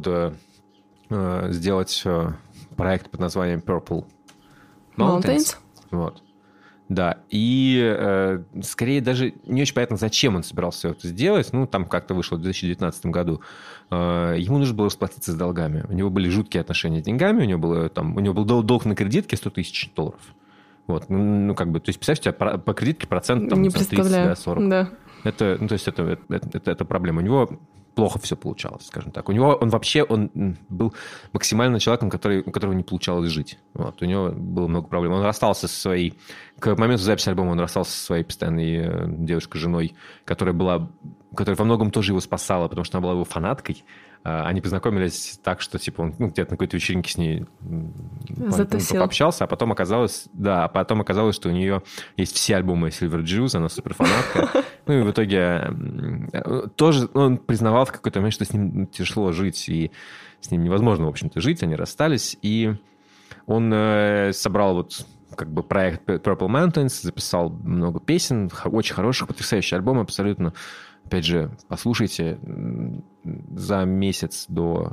э, сделать проект под названием Purple Mountains. Mountains. Вот. Да, и э, скорее даже не очень понятно, зачем он собирался это сделать. Ну, там как-то вышло в две тысячи девятнадцатом году. Э, ему нужно было расплатиться с долгами. У него были жуткие отношения с деньгами. У него, было, там, у него был долг на кредитке сто тысяч долларов. Вот, ну, ну, как бы, то есть, представьте, по, по кредитке процент там, не тридцать сорок. Да. Это, ну, то есть, это, это, это, это проблема. У него плохо все получалось, скажем так. У него, он вообще, он был максимально человеком, который, у которого не получалось жить. Вот, у него было много проблем. Он расстался со своей, к моменту записи альбома он расстался со своей постоянной девушкой-женой, которая была, которая во многом тоже его спасала, потому что она была его фанаткой. Они познакомились так, что типа он ну, где-то на какой-то вечеринке с ней пообщался, а потом оказалось, да, а потом оказалось, что у нее есть все альбомы Silver Juice, она суперфанатка. Ну и в итоге тоже он признавал в какой-то момент, что с ним тяжело жить, и с ним невозможно, в общем-то, жить. Они расстались, и он собрал вот как бы проект Purple Mountains, записал много песен, очень хороших, потрясающий альбом абсолютно. Опять же, послушайте, за месяц до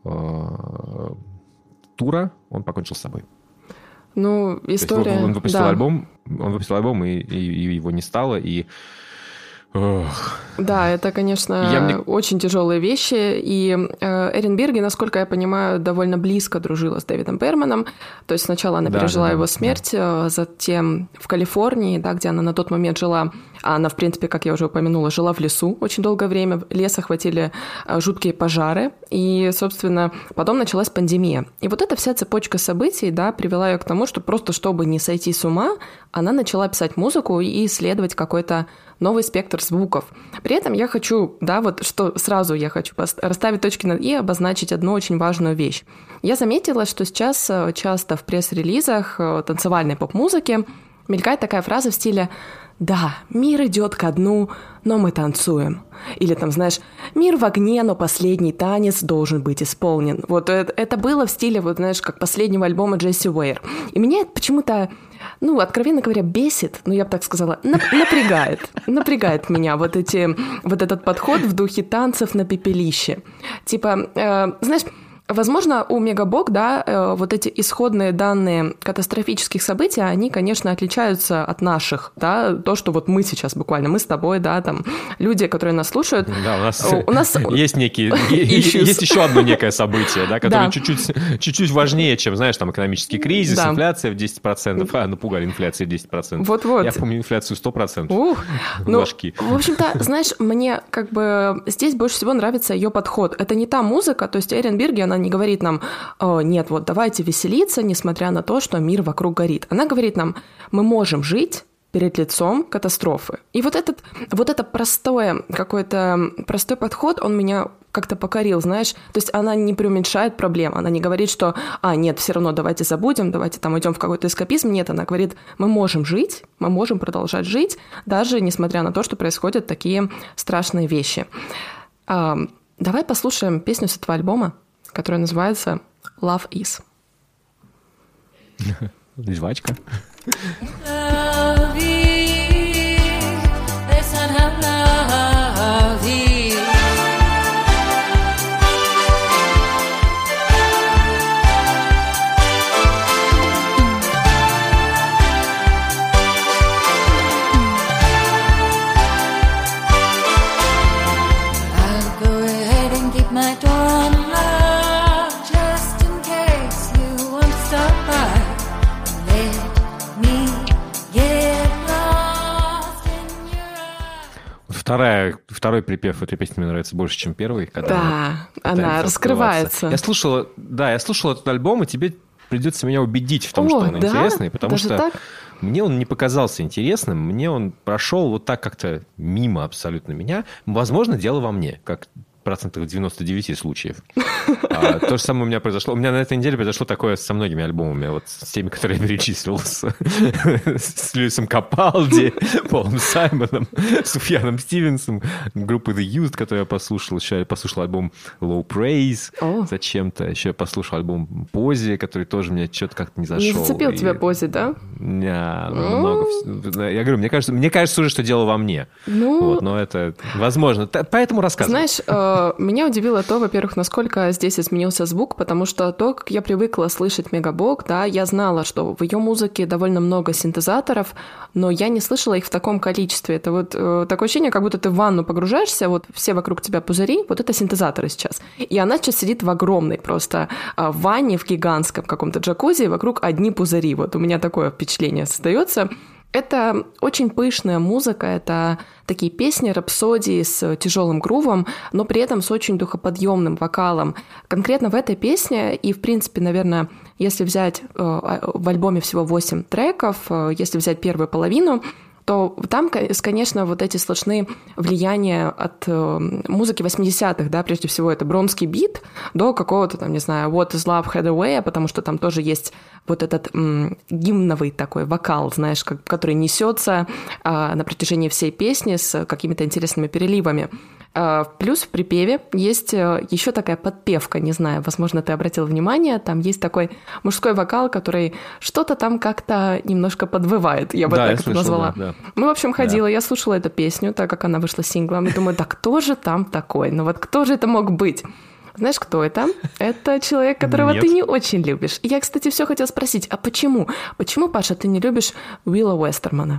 э, тура он покончил с собой. Ну, история... Он выпустил да. альбом, он выпустил альбом, и, и, и его не стало, и... Ох. Да, это, конечно, я мне... очень тяжелые вещи. И э, Эрин Бирги, насколько я понимаю, довольно близко дружила с Дэвидом Берманом. То есть сначала она да, пережила да, его смерть, да. затем в Калифорнии, да, где она на тот момент жила. А она, в принципе, как я уже упомянула, жила в лесу очень долгое время. Лес охватили жуткие пожары. И, собственно, потом началась пандемия. И вот эта вся цепочка событий, да, привела ее к тому, что просто чтобы не сойти с ума, она начала писать музыку и исследовать какой-то новый спектр звуков. При этом я хочу, да, вот что сразу я хочу расставить точки над «и» и обозначить одну очень важную вещь. Я заметила, что сейчас часто в пресс-релизах танцевальной поп-музыки мелькает такая фраза в стиле «Да, мир идет ко дну, но мы танцуем». Или там, знаешь, «Мир в огне, но последний танец должен быть исполнен». Вот это, это было в стиле, вот знаешь, как последнего альбома Джесси Уэйр. И меня это почему-то, ну, откровенно говоря, бесит, ну, я бы так сказала, напрягает. Напрягает меня вот, эти, вот этот подход в духе танцев на пепелище. Типа, э, знаешь... Возможно, у Мегабок, да, вот эти исходные данные катастрофических событий, они, конечно, отличаются от наших, да, то, что вот мы сейчас буквально, мы с тобой, да, там, люди, которые нас слушают. Да, у нас, у нас... есть некие, есть еще одно некое событие, да, которое да. чуть-чуть, чуть-чуть важнее, чем, знаешь, там, экономический кризис, да. инфляция в десять процентов, а, напугали инфляцией десять процентов. Вот-вот. Я помню инфляцию сто процентов. Ух, ну, в общем-то, знаешь, мне как бы здесь больше всего нравится ее подход. Это не та музыка, то есть Эрин Бирги, она не говорит нам, нет, вот давайте веселиться, несмотря на то, что мир вокруг горит. Она говорит нам, мы можем жить перед лицом катастрофы. И вот этот, вот это простое, какой-то простой подход, он меня как-то покорил, знаешь. То есть она не преуменьшает проблем, она не говорит, что, а, нет, все равно давайте забудем, давайте там уйдем в какой-то эскапизм. Нет, она говорит, мы можем жить, мы можем продолжать жить, даже несмотря на то, что происходят такие страшные вещи. А, давай послушаем песню с этого альбома, которая называется «Love Is». Жвачка. Love is, that's not how love is. I'll go ahead and keep my door unlocked just in case you want to stop by. Let me get lost in your eyes. Вторая, второй припев этой песни мне нравится больше, чем первый. Да, она раскрывается. Я слушала, да, я слушала этот альбом, и тебе придется меня убедить в том, О, что он да? интересный, потому Даже что так? мне он не показался интересным, мне он прошел вот так как-то мимо абсолютно меня. Возможно, дело во мне, как процентов девяносто девять случаев. А, то же самое у меня произошло. У меня на этой неделе произошло такое со многими альбомами, вот с теми, которые я перечислил, с, с Льюисом Капалди, Полом Саймоном, Суфьяном Стивенсом, группой The Used, которую я послушал. Еще я послушал альбом Low Praise oh. зачем-то. Еще я послушал альбом Пози, который тоже мне что-то как-то не зашел. Не зацепил и... тебя Пози, да? Не, ну, много... Я говорю, мне кажется, мне кажется уже, что дело во мне. Ну... Вот, но это возможно. Поэтому рассказывай. Знаешь, меня удивило то, во-первых, насколько здесь изменился звук, потому что то, как я привыкла слышать Мегабок, да, я знала, что в ее музыке довольно много синтезаторов, но я не слышала их в таком количестве. Это вот э, такое ощущение, как будто ты в ванну погружаешься, вот все вокруг тебя пузыри, вот это синтезаторы сейчас. И она сейчас сидит в огромной просто э, ванне, в гигантском каком-то джакузи, вокруг одни пузыри. Вот у меня такое впечатление создается. Это очень пышная музыка, это такие песни, рапсодии с тяжелым грувом, но при этом с очень духоподъемным вокалом. Конкретно в этой песне, и в принципе, наверное, если взять э, в альбоме всего восемь треков, э, если взять первую половину, то там, конечно, вот эти слышны влияния от э, музыки восьмидесятых, да, прежде всего это бронский бит, до какого-то, там, не знаю, What is Love Had Away, потому что там тоже есть вот этот м, гимновый такой вокал, знаешь, как, который несется э, на протяжении всей песни с какими-то интересными переливами. Э, плюс в припеве есть э, еще такая подпевка, не знаю, возможно, ты обратил внимание, там есть такой мужской вокал, который что-то там как-то немножко подвывает, я бы да, так я это слышал, назвала. Да, да. Мы, в общем, ходила, да. я слушала эту песню, так как она вышла синглом, и думаю, да кто же там такой? Ну вот кто же это мог быть? Знаешь, кто это? Это человек, которого Нет. ты не очень любишь. И я, кстати, все хотела спросить, а почему? Почему, Паша, ты не любишь Уилла Уэстермана?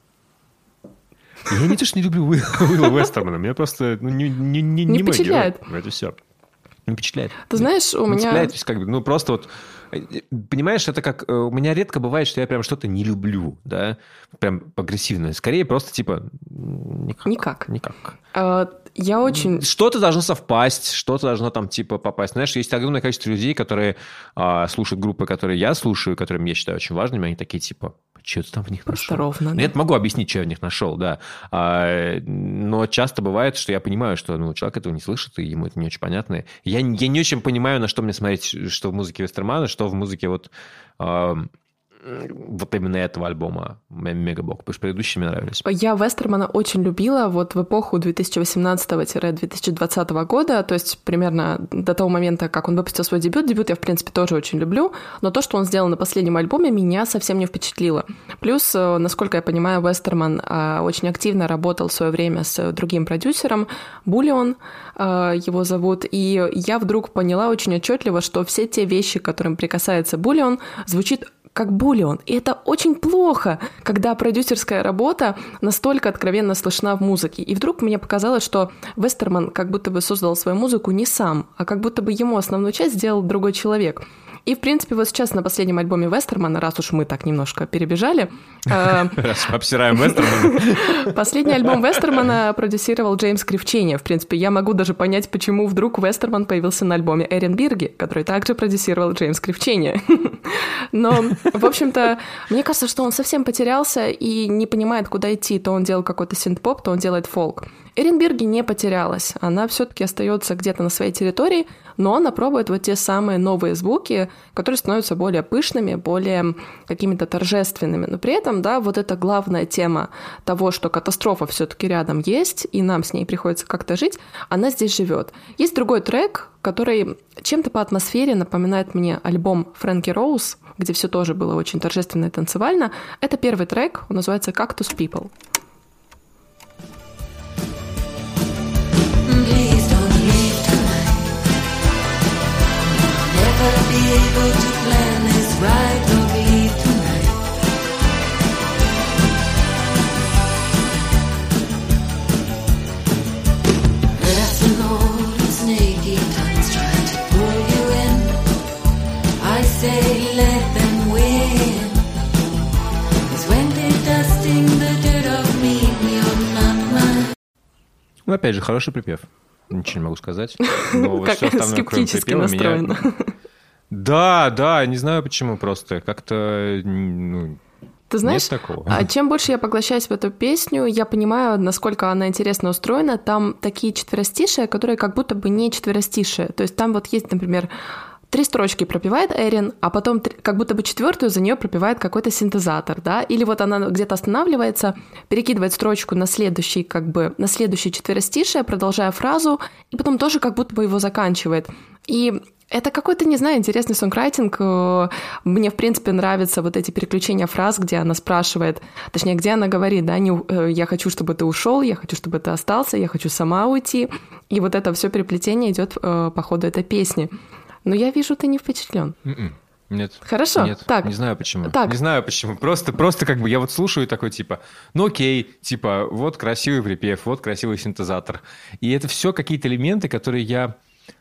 Я не то, что не люблю Уилла Уэстермана, меня просто ну, не, не, не, не не впечатляет. Мой герой. Это все. Не впечатляет. Ты знаешь, у не меня... Впечатляет, как бы, ну, просто вот... Понимаешь, это как... У меня редко бывает, что я прям что-то не люблю, да? Прям агрессивно. Скорее просто типа... Никак. Никак. Никак. А, я очень... Что-то должно совпасть, что-то должно там типа попасть. Знаешь, есть огромное количество людей, которые а, слушают группы, которые я слушаю, которые я считаю очень важными, они такие типа... Что ты там в них Просто нашел? ровно. Да? Я могу объяснить, что я в них нашел, да. А, но часто бывает, что я понимаю, что ну, человек этого не слышит, и ему это не очень понятно. Я, я не очень понимаю, на что мне смотреть, что в музыке Вестермана, что в музыке вот, а, вот именно этого альбома Мегабок, потому что предыдущие мне нравились. Я Вестермана очень любила вот в эпоху две тысячи восемнадцатого - две тысячи двадцатого года, то есть примерно до того момента, как он выпустил свой дебют. Дебют я, в принципе, тоже очень люблю, но то, что он сделал на последнем альбоме, меня совсем не впечатлило. Плюс, насколько я понимаю, Вестерман очень активно работал в свое время с другим продюсером, Буллион его зовут, и я вдруг поняла очень отчетливо, что все те вещи, к которым прикасается Буллион, звучит как Буллион. И это очень плохо, когда продюсерская работа настолько откровенно слышна в музыке. И вдруг мне показалось, что Вестерман как будто бы создал свою музыку не сам, а как будто бы ему основную часть сделал другой человек. И, в принципе, вот сейчас на последнем альбоме Вестермана, раз уж мы так немножко перебежали... Раз мы обсираем Вестермана. Последний альбом Вестермана продюсировал Джеймс Кривчения. В принципе, я могу даже понять, почему вдруг Вестерман появился на альбоме Эренбирги, который также продюсировал Джеймс Кривчения. Но, в общем-то, мне кажется, что он совсем потерялся и не понимает, куда идти. То он делал какой-то синт-поп, то он делает фолк. Эренбирги не потерялась. Она все-таки остается где-то на своей территории, но она пробует вот те самые новые звуки, которые становятся более пышными, более какими-то торжественными. Но при этом, да, вот эта главная тема того, что катастрофа все-таки рядом есть, и нам с ней приходится как-то жить, она здесь живет. Есть другой трек, который чем-то по атмосфере напоминает мне альбом Фрэнки Роуз, где все тоже было очень торжественно и танцевально. Это первый трек, он называется «Cactus People». Be able to plan this ride or leave tonight. There's an old and snaky tongues trying to pull you in. I say let them win. 'Cause when they're dusting the dirt of me, you're not mine. Ну, опять же, хороший припев. Ничего не могу сказать. Но вот как все остальное, скептически кроме припева, настроено. Меня... Да, да, не знаю почему просто. Как-то... Ну... Ты Ты знаешь, Нет такого. А чем больше я поглощаюсь в эту песню, я понимаю, насколько она интересно устроена. Там такие четверостишие, которые как будто бы не четверостишие. То есть там вот есть, например, три строчки пропевает Эрин, а потом как будто бы четвертую за нее пропевает какой-то синтезатор, да? Или вот она где-то останавливается, перекидывает строчку на следующий, как бы, на следующее четверостишее, продолжая фразу, и потом тоже как будто бы его заканчивает. И это какой-то, не знаю, интересный сонграйтинг. Мне, в принципе, нравятся вот эти переключения фраз, где она спрашивает, точнее, где она говорит, да, не, я хочу, чтобы ты ушел, я хочу, чтобы ты остался, я хочу сама уйти. И вот это все переплетение идет по ходу этой песни. Но я вижу, ты не впечатлен. Нет. Хорошо. Нет. Так. Не знаю почему. Так. Не знаю почему. Просто, просто как бы я вот слушаю такой типа, ну окей, типа вот красивый припев, вот красивый синтезатор. И это все какие-то элементы, которые я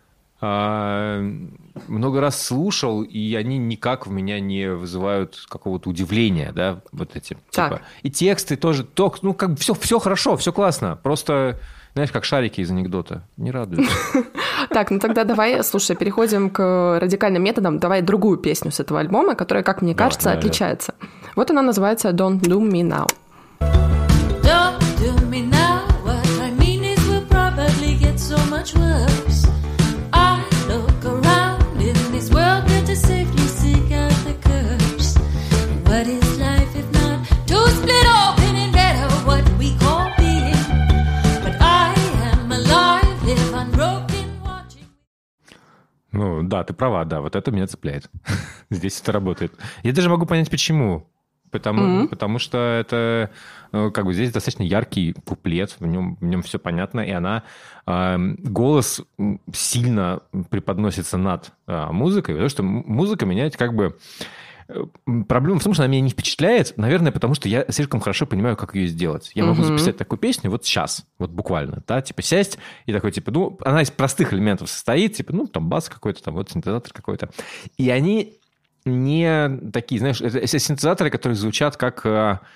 а, много раз слушал, и они никак в меня не вызывают какого-то удивления, да, вот эти. Так. Типа. И тексты тоже, ток, ну как бы все, все хорошо, все классно. Просто, знаешь, как шарики из анекдота. Не радует. Так, ну тогда давай, слушай, переходим к радикальным методам. Давай другую песню с этого альбома, которая, как мне Давай, кажется, давай, отличается. Вот она называется «Don't Do Me Now». Don't do me now. What I mean is we'll probably get so much worse. I look around in this world that to safely seek out the curse. What is life if not to split open and better what we call being? But I am alive, live unbroken, watching. Ну, да, ты права, да, вот это меня цепляет. Здесь это работает. Я даже могу понять, почему. Потому, mm-hmm. потому что это, как бы, здесь достаточно яркий куплет, в нем, в нем все понятно, и она, э, голос сильно преподносится над э, музыкой, потому что музыка меняет, как бы, проблема в том, что она меня не впечатляет, наверное, потому что я слишком хорошо понимаю, как ее сделать. Я могу mm-hmm. записать такую песню вот сейчас, вот буквально, да, типа сесть и такой, типа, ну, она из простых элементов состоит, типа, ну, там бас какой-то, там вот синтезатор какой-то, и они не такие, знаешь, это синтезаторы, которые звучат как,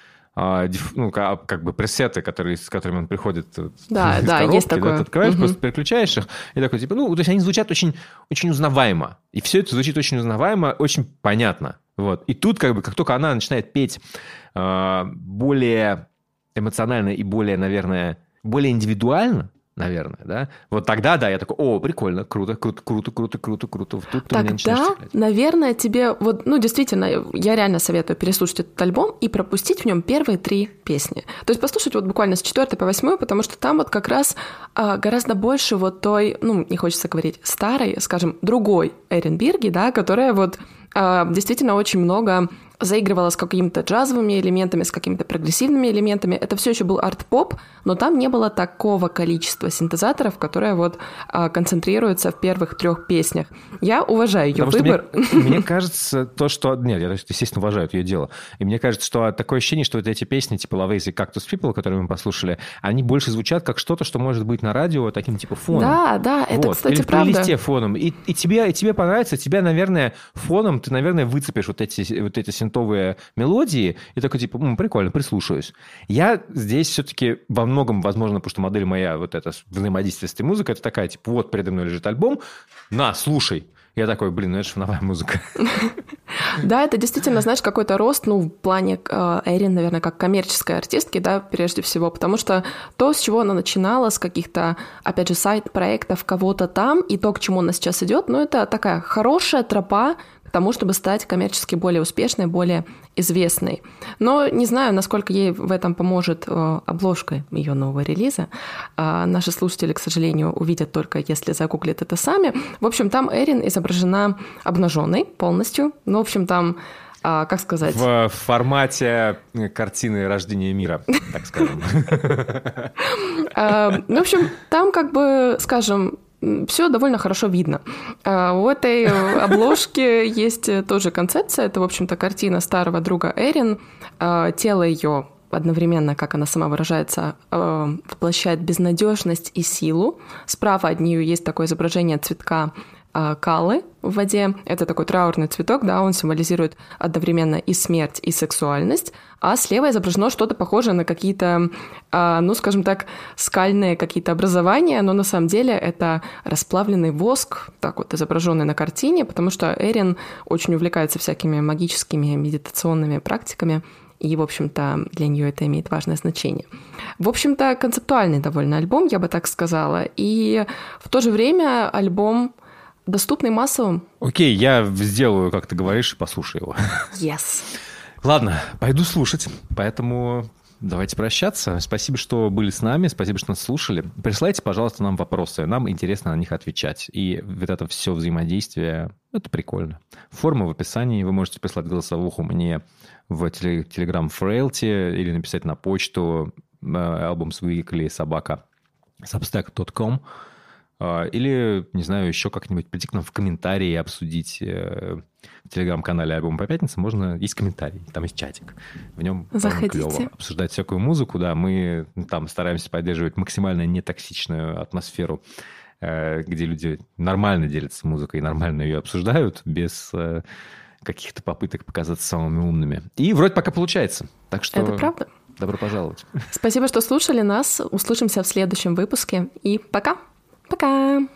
ну, как бы пресеты, которые, с которыми он приходит да, из да, коробки, есть такое. Да, ты открываешь, угу. просто переключаешь их, и такой, типа, ну, то есть они звучат очень, очень узнаваемо, и все это звучит очень узнаваемо, очень понятно, вот. И тут, как бы, как только она начинает петь э, более эмоционально и более, наверное, более индивидуально, наверное, да? Вот тогда, да, я такой, о, прикольно, круто, круто, круто, круто, круто, круто. Тут тогда, наверное, тебе, вот, ну, действительно, я реально советую переслушать этот альбом и пропустить в нем первые три песни. То есть послушать вот буквально с четвертой по восьмую, потому что там вот как раз а, гораздо больше вот той, ну, не хочется говорить, старой, скажем, другой Эрин Бирги, да, которая вот а, действительно очень много заигрывала с какими-то джазовыми элементами, с какими-то прогрессивными элементами. Это все еще был арт-поп, но там не было такого количества синтезаторов, которые вот а, концентрируются в первых трех песнях. Я уважаю ее Потому выбор. Мне, мне кажется, то, что... Нет, я, естественно, уважаю ее дело. И мне кажется, что такое ощущение, что вот эти песни типа Love и Cactus People, которые мы послушали, они больше звучат как что-то, что может быть на радио таким типа фоном. Да, да, это, вот. кстати, Или в правда. плейлисте фоном. И, и, тебе, и тебе понравится, тебя, наверное, фоном ты, наверное, выцепишь вот эти, вот эти синтовые мелодии, и такой, типа, м, прикольно, прислушаюсь. Я здесь все-таки во многом, возможно, потому что модель моя, вот это взаимодействие с этой музыкой, это такая, типа, вот передо мной лежит альбом, на, слушай. Я такой, блин, ну это же новая музыка. Да, это действительно, знаешь, какой-то рост, ну, в плане Эрин, наверное, как коммерческой артистки, да, прежде всего, потому что то, с чего она начинала, с каких-то, опять же, сайт-проектов кого-то там, и то, к чему она сейчас идет, ну, это такая хорошая тропа к тому, чтобы стать коммерчески более успешной, более известной. Но не знаю, насколько ей в этом поможет э, обложка ее нового релиза. Э, наши слушатели, к сожалению, увидят только, если загуглят это сами. В общем, там Эрин изображена обнаженной полностью. Ну, в общем, там, э, как сказать... В формате картины рождения мира, так скажем. Ну, в общем, там как бы, скажем... Все довольно хорошо видно. У этой обложки есть тоже концепция. Это, в общем-то, картина старого друга Эрин. Тело ее одновременно, как она сама выражается, воплощает безнадежность и силу. Справа от нее есть такое изображение цветка калы в воде. Это такой траурный цветок, да, он символизирует одновременно и смерть, и сексуальность. А слева изображено что-то похожее на какие-то, ну, скажем так, скальные какие-то образования, но на самом деле это расплавленный воск, так вот изображенный на картине, потому что Эрин очень увлекается всякими магическими медитационными практиками. и, в общем-то, для нее это имеет важное значение. В общем-то, концептуальный довольно альбом, я бы так сказала, и в то же время альбом доступный массовым. Окей, я сделаю, как ты говоришь, и послушаю его. Yes. Ладно, пойду слушать, поэтому давайте прощаться. Спасибо, что были с нами, спасибо, что нас слушали. Присылайте, пожалуйста, нам вопросы, нам интересно на них отвечать. И вот это все взаимодействие, это прикольно. Форма в описании, вы можете прислать голосовуху мне в Telegram Frailty или написать на почту albumsweekly собака substack точка ком. Или, не знаю, еще как-нибудь прийти к нам в комментарии и обсудить в телеграм-канале «Альбом по пятницам». Можно, есть комментарий, там есть чатик. В нем клево обсуждать всякую музыку. Да, мы там стараемся поддерживать максимально нетоксичную атмосферу, где люди нормально делятся музыкой и нормально ее обсуждают, без каких-то попыток показаться самыми умными. И вроде пока получается. Так что... Это правда. Добро пожаловать. Спасибо, что слушали нас. Услышимся в следующем выпуске. И пока! Пока!